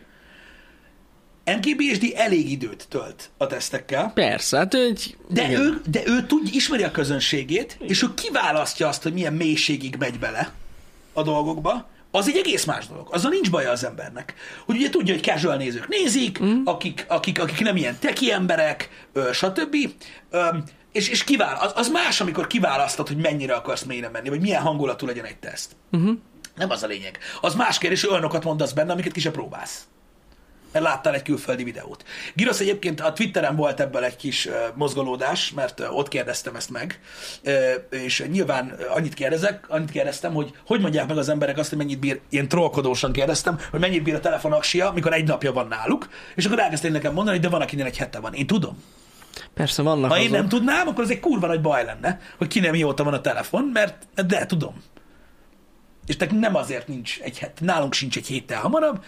MKBHD elég időt tölt a tesztekkel. Persze, hát de ő ismeri a közönségét, és ő kiválasztja azt, hogy milyen mélységig megy bele a dolgokba. Az egy egész más dolog. Azzal nincs baja az embernek. Hogy ugye tudja, hogy casual nézők nézik, akik nem ilyen teki emberek, stb. És az más, amikor kiválasztod, hogy mennyire akarsz mélyre menni, vagy milyen hangulatú legyen egy teszt. Nem az a lényeg. Az más kérdés, hogy olyanokat mondasz benne, amiket ki se próbálsz. Mert láttál egy külföldi videót. Girosz, egyébként a Twitteren volt ebből egy kis mozgolódás, mert ott kérdeztem ezt meg, és nyilván annyit kérdeztem, hogy mondják meg az emberek azt, hogy mennyit bír, ilyen trollkodósan kérdeztem, hogy mennyit bír a telefon aksia, mikor 1 napja van náluk, és akkor elkezdték nekem mondani, hogy de van, akinél 1 hete van. Én tudom. Persze vannak. Ha én nem tudnám, akkor az egy kurva nagy baj lenne, hogy kinek mióta van a telefon, mert de tudom. És nekünk nem azért nincs 1 hete, nálunk sincs 1 héttel hamarabb,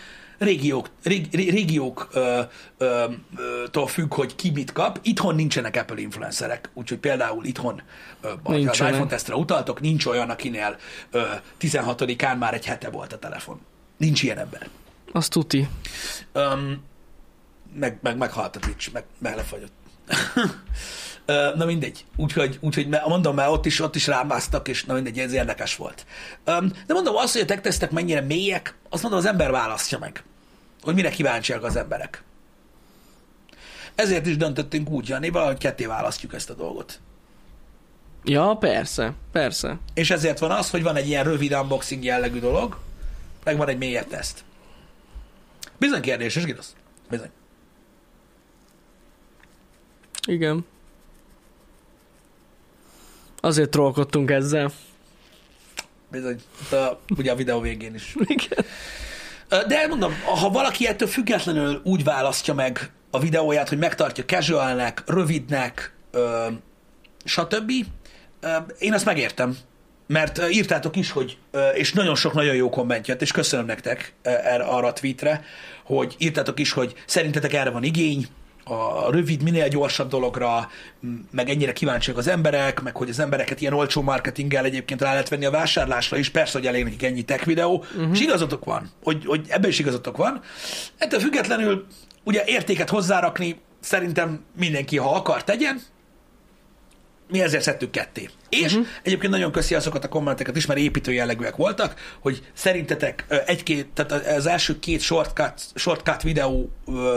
régióktól függ, hogy ki mit kap. Itthon nincsenek Apple influencerek, úgyhogy például itthon, ha az iPhone tesztre utaltok, nincs olyan, akinél 16-án már 1 hete volt a telefon. Nincs ilyen ember. Az tuti. Meghalt a Twitch, meg lefagyott. Na mindegy. Úgyhogy mondom, mert ott is rámáztak, és na mindegy, ez érdekes volt. De mondom, azt, hogy a tech-tesztek mennyire mélyek, azt mondom, az ember választja meg, hogy mire kíváncsiak az emberek. Ezért is döntöttünk úgy, Janival, hogy ketté választjuk ezt a dolgot. Ja, persze, persze. És ezért van az, hogy van egy ilyen rövid unboxing jellegű dolog, meg van egy mélyebb teszt. Bizony kérdéses, Girosz? Bizony. Igen. Azért trollkodtunk ezzel. Bizony. Ugye a videó végén is. Igen. De mondom, ha valaki ettől függetlenül úgy választja meg a videóját, hogy megtartja casualnek, rövidnek, stb. Én azt megértem. Mert írtátok is, hogy, és nagyon sok nagyon jó komment jött, és köszönöm nektek arra a tweetre, hogy írtátok is, hogy szerintetek erre van igény, a rövid, minél gyorsabb dologra, meg ennyire kíváncsiak az emberek, meg hogy az embereket ilyen olcsó marketinggel egyébként rá lehet venni a vásárlásra is, persze, hogy elég nekik ennyi tech videó, és igazatok van, hogy ebben is igazatok van. Ettől függetlenül ugye értéket hozzárakni szerintem mindenki, ha akar, tegyen, mi ezért szedtük ketté. És egyébként nagyon köszi azokat a kommenteket is, mert építő jellegűek voltak, hogy szerintetek tehát az első 2 shortcut videó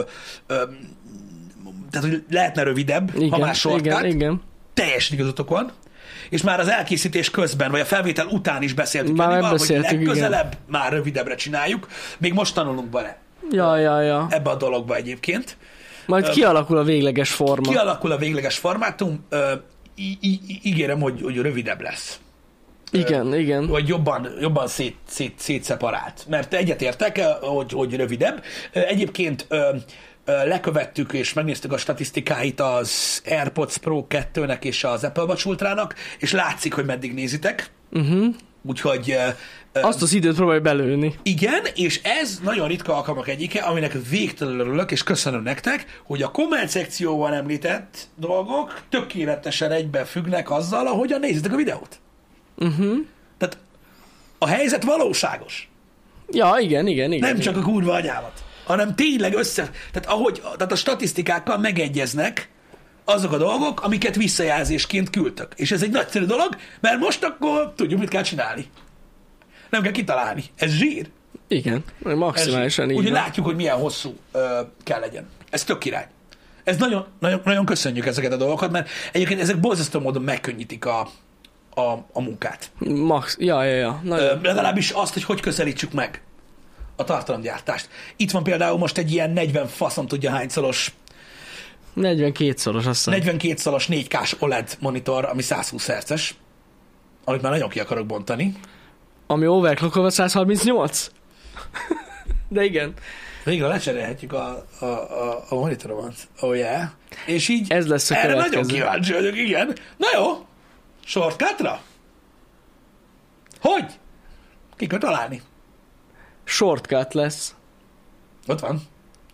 tehát, hogy lehetne rövidebb, igen, ha már shortcut. Igen. Teljesen igazatok van. És már az elkészítés közben, vagy a felvétel után is beszéltük Janival, hogy legközelebb már rövidebbre csináljuk. Még most tanulunk bele. Ja. Ebbe a dologba egyébként. Majd kialakul a végleges forma. Kialakul a végleges formátum. Ígérem, hogy rövidebb lesz. Igen. Vagy jobban szétszeparált. Mert egyetértek, hogy rövidebb. Egyébként lekövettük és megnéztük a statisztikáit az AirPods Pro 2-nek és az Apple Watch Ultra-nak, és látszik, hogy meddig nézitek. Úgyhogy... Azt az időt próbálj belőni. Igen, és ez nagyon ritka alkalmak egyike, aminek végtelenül örülök, és köszönöm nektek, hogy a komment szekcióban említett dolgok tökéletesen egybefüggnek azzal, ahogyan nézitek a videót. Tehát a helyzet valóságos. Ja, igen. Nem csak a kurva anyámat, hanem tényleg tehát a statisztikákkal megegyeznek azok a dolgok, amiket visszajelzésként küldtök. És ez egy nagyszerű dolog, mert most akkor tudjuk, mit kell csinálni. Nem kell kitalálni. Ez zsír. Igen, maximálisan így. Úgyhogy látjuk, hogy milyen hosszú kell legyen. Ez tök király. Ez nagyon, nagyon, nagyon köszönjük ezeket a dolgokat, mert egyébként ezek borzasztó módon megkönnyítik a munkát. Ja. Legalábbis azt, hogy közelítsük meg a tartalomgyártást. Itt van például most egy ilyen 40 faszom tudja hányszoros 42-szoros, azt hiszem. 42-szoros 4K-s OLED monitor, ami 120 Hz-es, amit már nagyon ki akarok bontani. Ami overclockolva 138? De igen. Végre lecserélhetjük a monitoromat. Oh yeah. És így ez lesz a erre következő. nagyon kíváncsi vagyok, igen. Na jó, shortcutra? Hogy? Ki kell találni? Shortcut lesz. Ott van.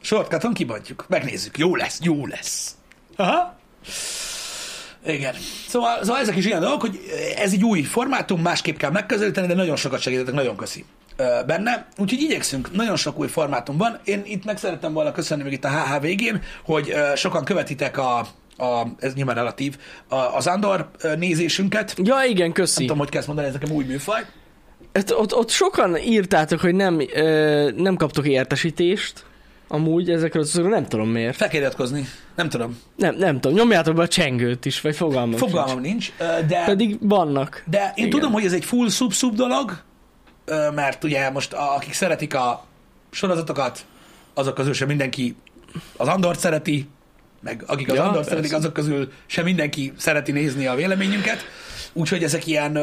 Shortcuton kibontjuk. Megnézzük. Jó lesz, jó lesz. Aha. Igen. Szóval ezek is ilyen dolgok, hogy ez egy új formátum, másképp kell megközelíteni, de nagyon sokat segítettek, nagyon köszi benne. Úgyhogy igyekszünk, nagyon sok új formátum van. Én itt meg szerettem volna köszönni még itt a HH végén, hogy sokan követitek ez nyilván relatív, az Andor nézésünket. Ja, igen, köszi. Nem tudom, hogy kell ezt mondani, ez nekem új műfaj. Ott sokan írtátok, hogy nem kaptok értesítést, amúgy ezekről az azokról nem tudom miért. Fel kell iratkozni. Nem tudom. Nem tudom. Nyomjátok be a csengőt is, vagy fogalmam nincs. De pedig vannak. De én tudom, hogy ez egy full sub dolog, mert ugye most akik szeretik a sorozatokat, azok közül sem mindenki az Andort szereti, meg akik az Andort szeretik, azok közül sem mindenki szereti nézni a véleményünket. Úgyhogy ezek ilyen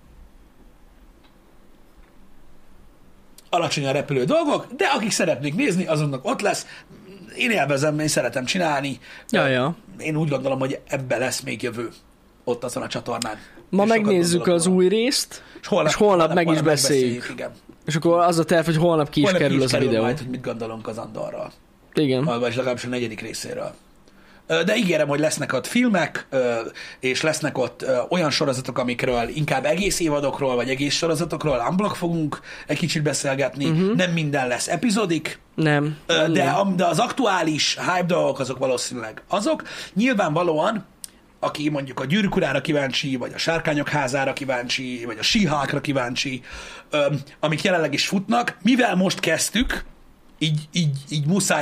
alacsonyan repülő dolgok, de akik szeretnék nézni, azoknak ott lesz. Én élvezem, én szeretem csinálni. Ja. Én úgy gondolom, hogy ebbe lesz még jövő ott azon a csatornán. Ma megnézzük az új részt, és holnap meg is beszéljük. Igen. És akkor az a terv, hogy holnap ki is kerül az a videó. Majd, hogy mit gondolunk az Andorral. Igen. Vagy legalábbis a 4. részéről. De ígérem, hogy lesznek ott filmek, és lesznek ott olyan sorozatok, amikről inkább egész évadokról, vagy egész sorozatokról unblock fogunk egy kicsit beszélgetni. Nem minden lesz epizodik. Nem. De az aktuális hype dolgok, azok valószínűleg azok. Nyilvánvalóan, aki mondjuk a Gyűrűk Urára kíváncsi, vagy a Sárkányok Házára kíváncsi, vagy a She-Hulkra kíváncsi, amik jelenleg is futnak, mivel most kezdtük, így muszáj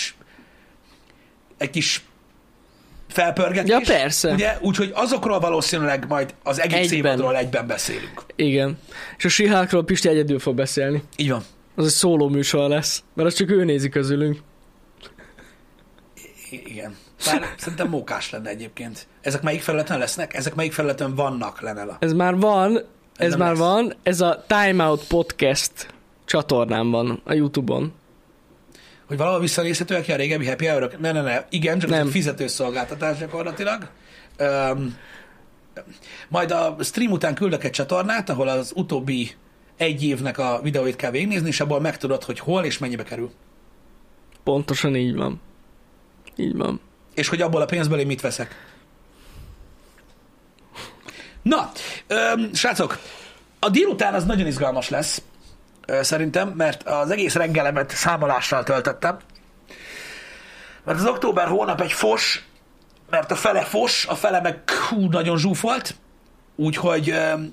egy kis felpörgetés. Ja, persze. Ugye? Úgyhogy azokról valószínűleg majd az egész évadról egyben beszélünk. Igen. És a She-Hulkról Pisti egyedül fog beszélni. Így van. Az egy szóló műsor lesz, mert az csak ő nézi közülünk. Igen. Bár szerintem mókás lenne egyébként. Ezek melyik felületen lesznek? Ezek melyik felületen vannak, Lenela? Ez már van. Ez a Time Out Podcast csatornán van, a YouTube-on. Hogy valahol visszanézhetőek ki a régebbi happy hour-ok? Ne. Igen, csak nem. Ez fizetős szolgáltatás gyakorlatilag. Majd a stream után küldök egy csatornát, ahol az utóbbi egy évnek a videóit kell végignézni, és abból megtudod, hogy hol és mennyibe kerül. Pontosan így van. Így van. És hogy abból a pénzből én mit veszek. Na, srácok, a délután az nagyon izgalmas lesz, szerintem, mert az egész reggelemet számolással töltöttem. Mert az október hónap egy fos, mert a fele fos, a fele meg nagyon zsúfolt, úgyhogy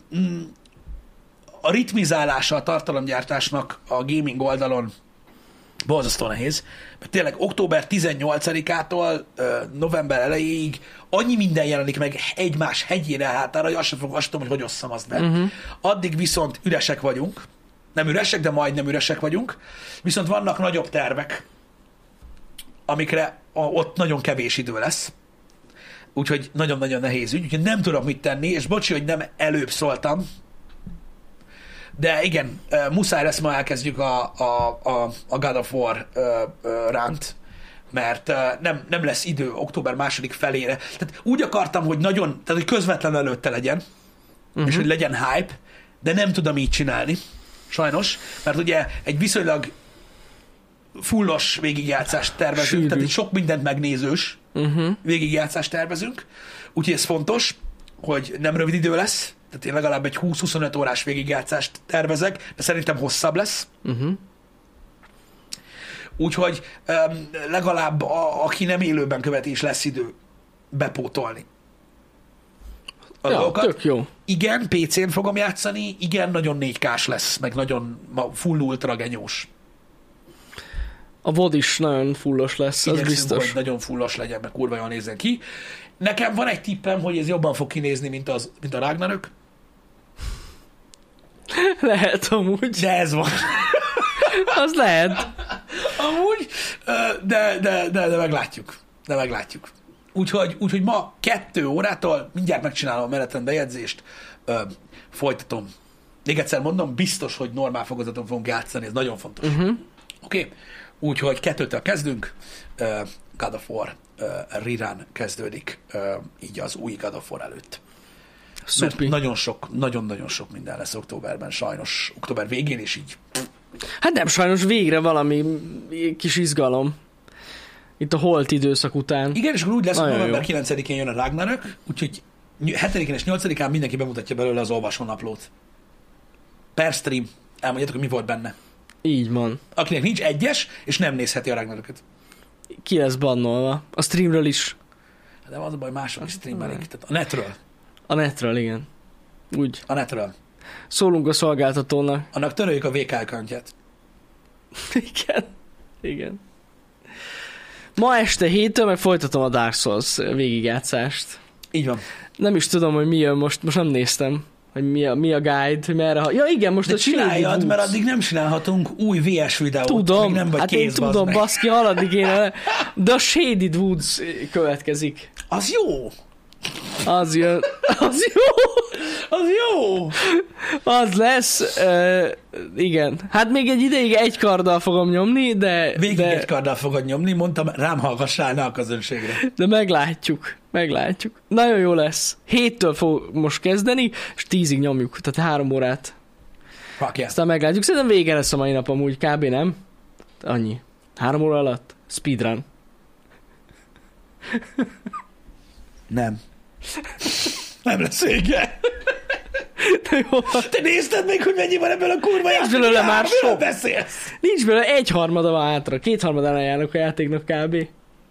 a ritmizálása a tartalomgyártásnak a gaming oldalon borzasztó nehéz, mert tényleg október 18-ától november elejéig annyi minden jelenik meg egymás hegyére hátára, hogy azt tudom, hogy osszam azt be. Addig viszont üresek vagyunk. Nem üresek, de majdnem üresek vagyunk. Viszont vannak nagyobb tervek, amikre ott nagyon kevés idő lesz. Úgyhogy nagyon-nagyon nehéz ügy. Úgyhogy nem tudok mit tenni, és bocsi, hogy nem előbb szóltam, de igen, muszáj lesz, ma elkezdjük a God of War ránt, mert nem lesz idő október második felére. Tehát úgy akartam, hogy hogy közvetlen előtte legyen, és hogy legyen hype, de nem tudom így csinálni, sajnos, mert ugye egy viszonylag fullos végigjátszást tervezünk, tehát egy sok mindent megnézős végigjátszást tervezünk, úgyhogy ez fontos, hogy nem rövid idő lesz, tehát én legalább egy 20-25 órás végigjátszást tervezek, de szerintem hosszabb lesz. Úgyhogy legalább aki nem élőben követi, is lesz idő bepótolni a dolgokat. Tök jó. Igen, PC-n fogom játszani, igen, nagyon 4K-s lesz, meg nagyon full ultra genyós. A VOD is nagyon fullos lesz, az biztos. Hogy nagyon fullos legyen, meg kurva jól nézzen ki. Nekem van egy tippem, hogy ez jobban fog kinézni, mint a Ragnarök. Lehet amúgy. De ez van. Az lehet. Amúgy, de meglátjuk. De meglátjuk. Úgyhogy ma 2 órától mindjárt megcsinálom a menetrend bejegyzést, folytatom. Még egyszer mondom, biztos, hogy normál fokozaton fogunk játszani, ez nagyon fontos. Oké? Úgyhogy 2-től kezdünk, God of War rerun kezdődik, így az új God of War előtt. Mert nagyon-nagyon sok minden lesz októberben, sajnos október végén is így. Hát nem, sajnos végre valami kis izgalom. Itt a holt időszak után. Igen, és akkor úgy lesz, hogy Nagyon november jó. 9-én jön a Ragnarök, úgyhogy 7-én és 8-án mindenki bemutatja belőle az olvasónaplót. Per stream. Elmondjátok, hogy mi volt benne. Így van. Akinek nincs egyes, és nem nézheti a Ragnarököt. Ki lesz bannolva. A streamről is. De az a baj, mások is streamelik. Tehát a netről. A netről, igen. Úgy. A netről. Szólunk a szolgáltatónak. Annak töröljük a VK accountját. Igen. Igen. Ma este 7-től meg folytatom a Dark Souls végigjátszást. Így van. Nem is tudom, hogy mi jön most nem néztem, hogy mi a guide, hogy merre... Ja igen, most De a Shady csináljad, Woods. mert addig nem csinálhatunk új VS videót. Tudom, még nem vagy hát kész, én bazd tudom, meg. baszki, haladni kéne, de a Shady Woods következik. Az jó! Az jön, az jó, Az jó! az lesz, igen. Hát még egy ideig egy karddal fogom nyomni, Végig de, egy karddal fogod nyomni, mondtam, rám hallgassál, ne a közönségre. de meglátjuk, meglátjuk. Nagyon jó lesz. 7-től fog most kezdeni, és 10-ig nyomjuk, tehát 3 órát. Fuck yeah. Aztán meglátjuk. Szerintem vége lesz a mai nap amúgy, kb. Nem? Annyi. 3 óra alatt? Speedrun. Nem. Nem lesz vége. De jó. Te nézted még, hogy mennyi van ebből a kurva játékból? belőle már Miről sok. beszélsz? Nincs belőle 1/3 van hátra. 2/3 járnak a játéknak kb.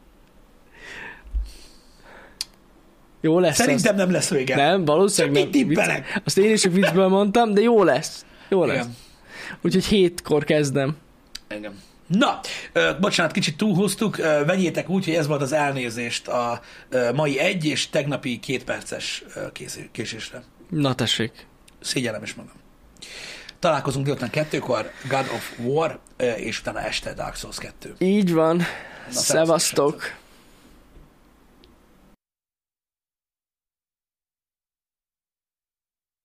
Jó lesz Szerintem nem lesz vége. az. Nem, valószínűleg Csak mit nem. tippelek? Azt én is csak viccből mondtam, de jó lesz. Jó lesz. Igen. Úgyhogy 7-kor kezdem. Igen. Na, bocsánat, kicsit túlhúztuk, vegyétek úgy, hogy ez volt az elnézést a mai 1 és tegnapi 2 perces késésre. Na tessék. Szégyellem is magam. Találkozunk délután 2-kor, God of War, és utána este Dark Souls 2. Így van. Na, Szevasztok.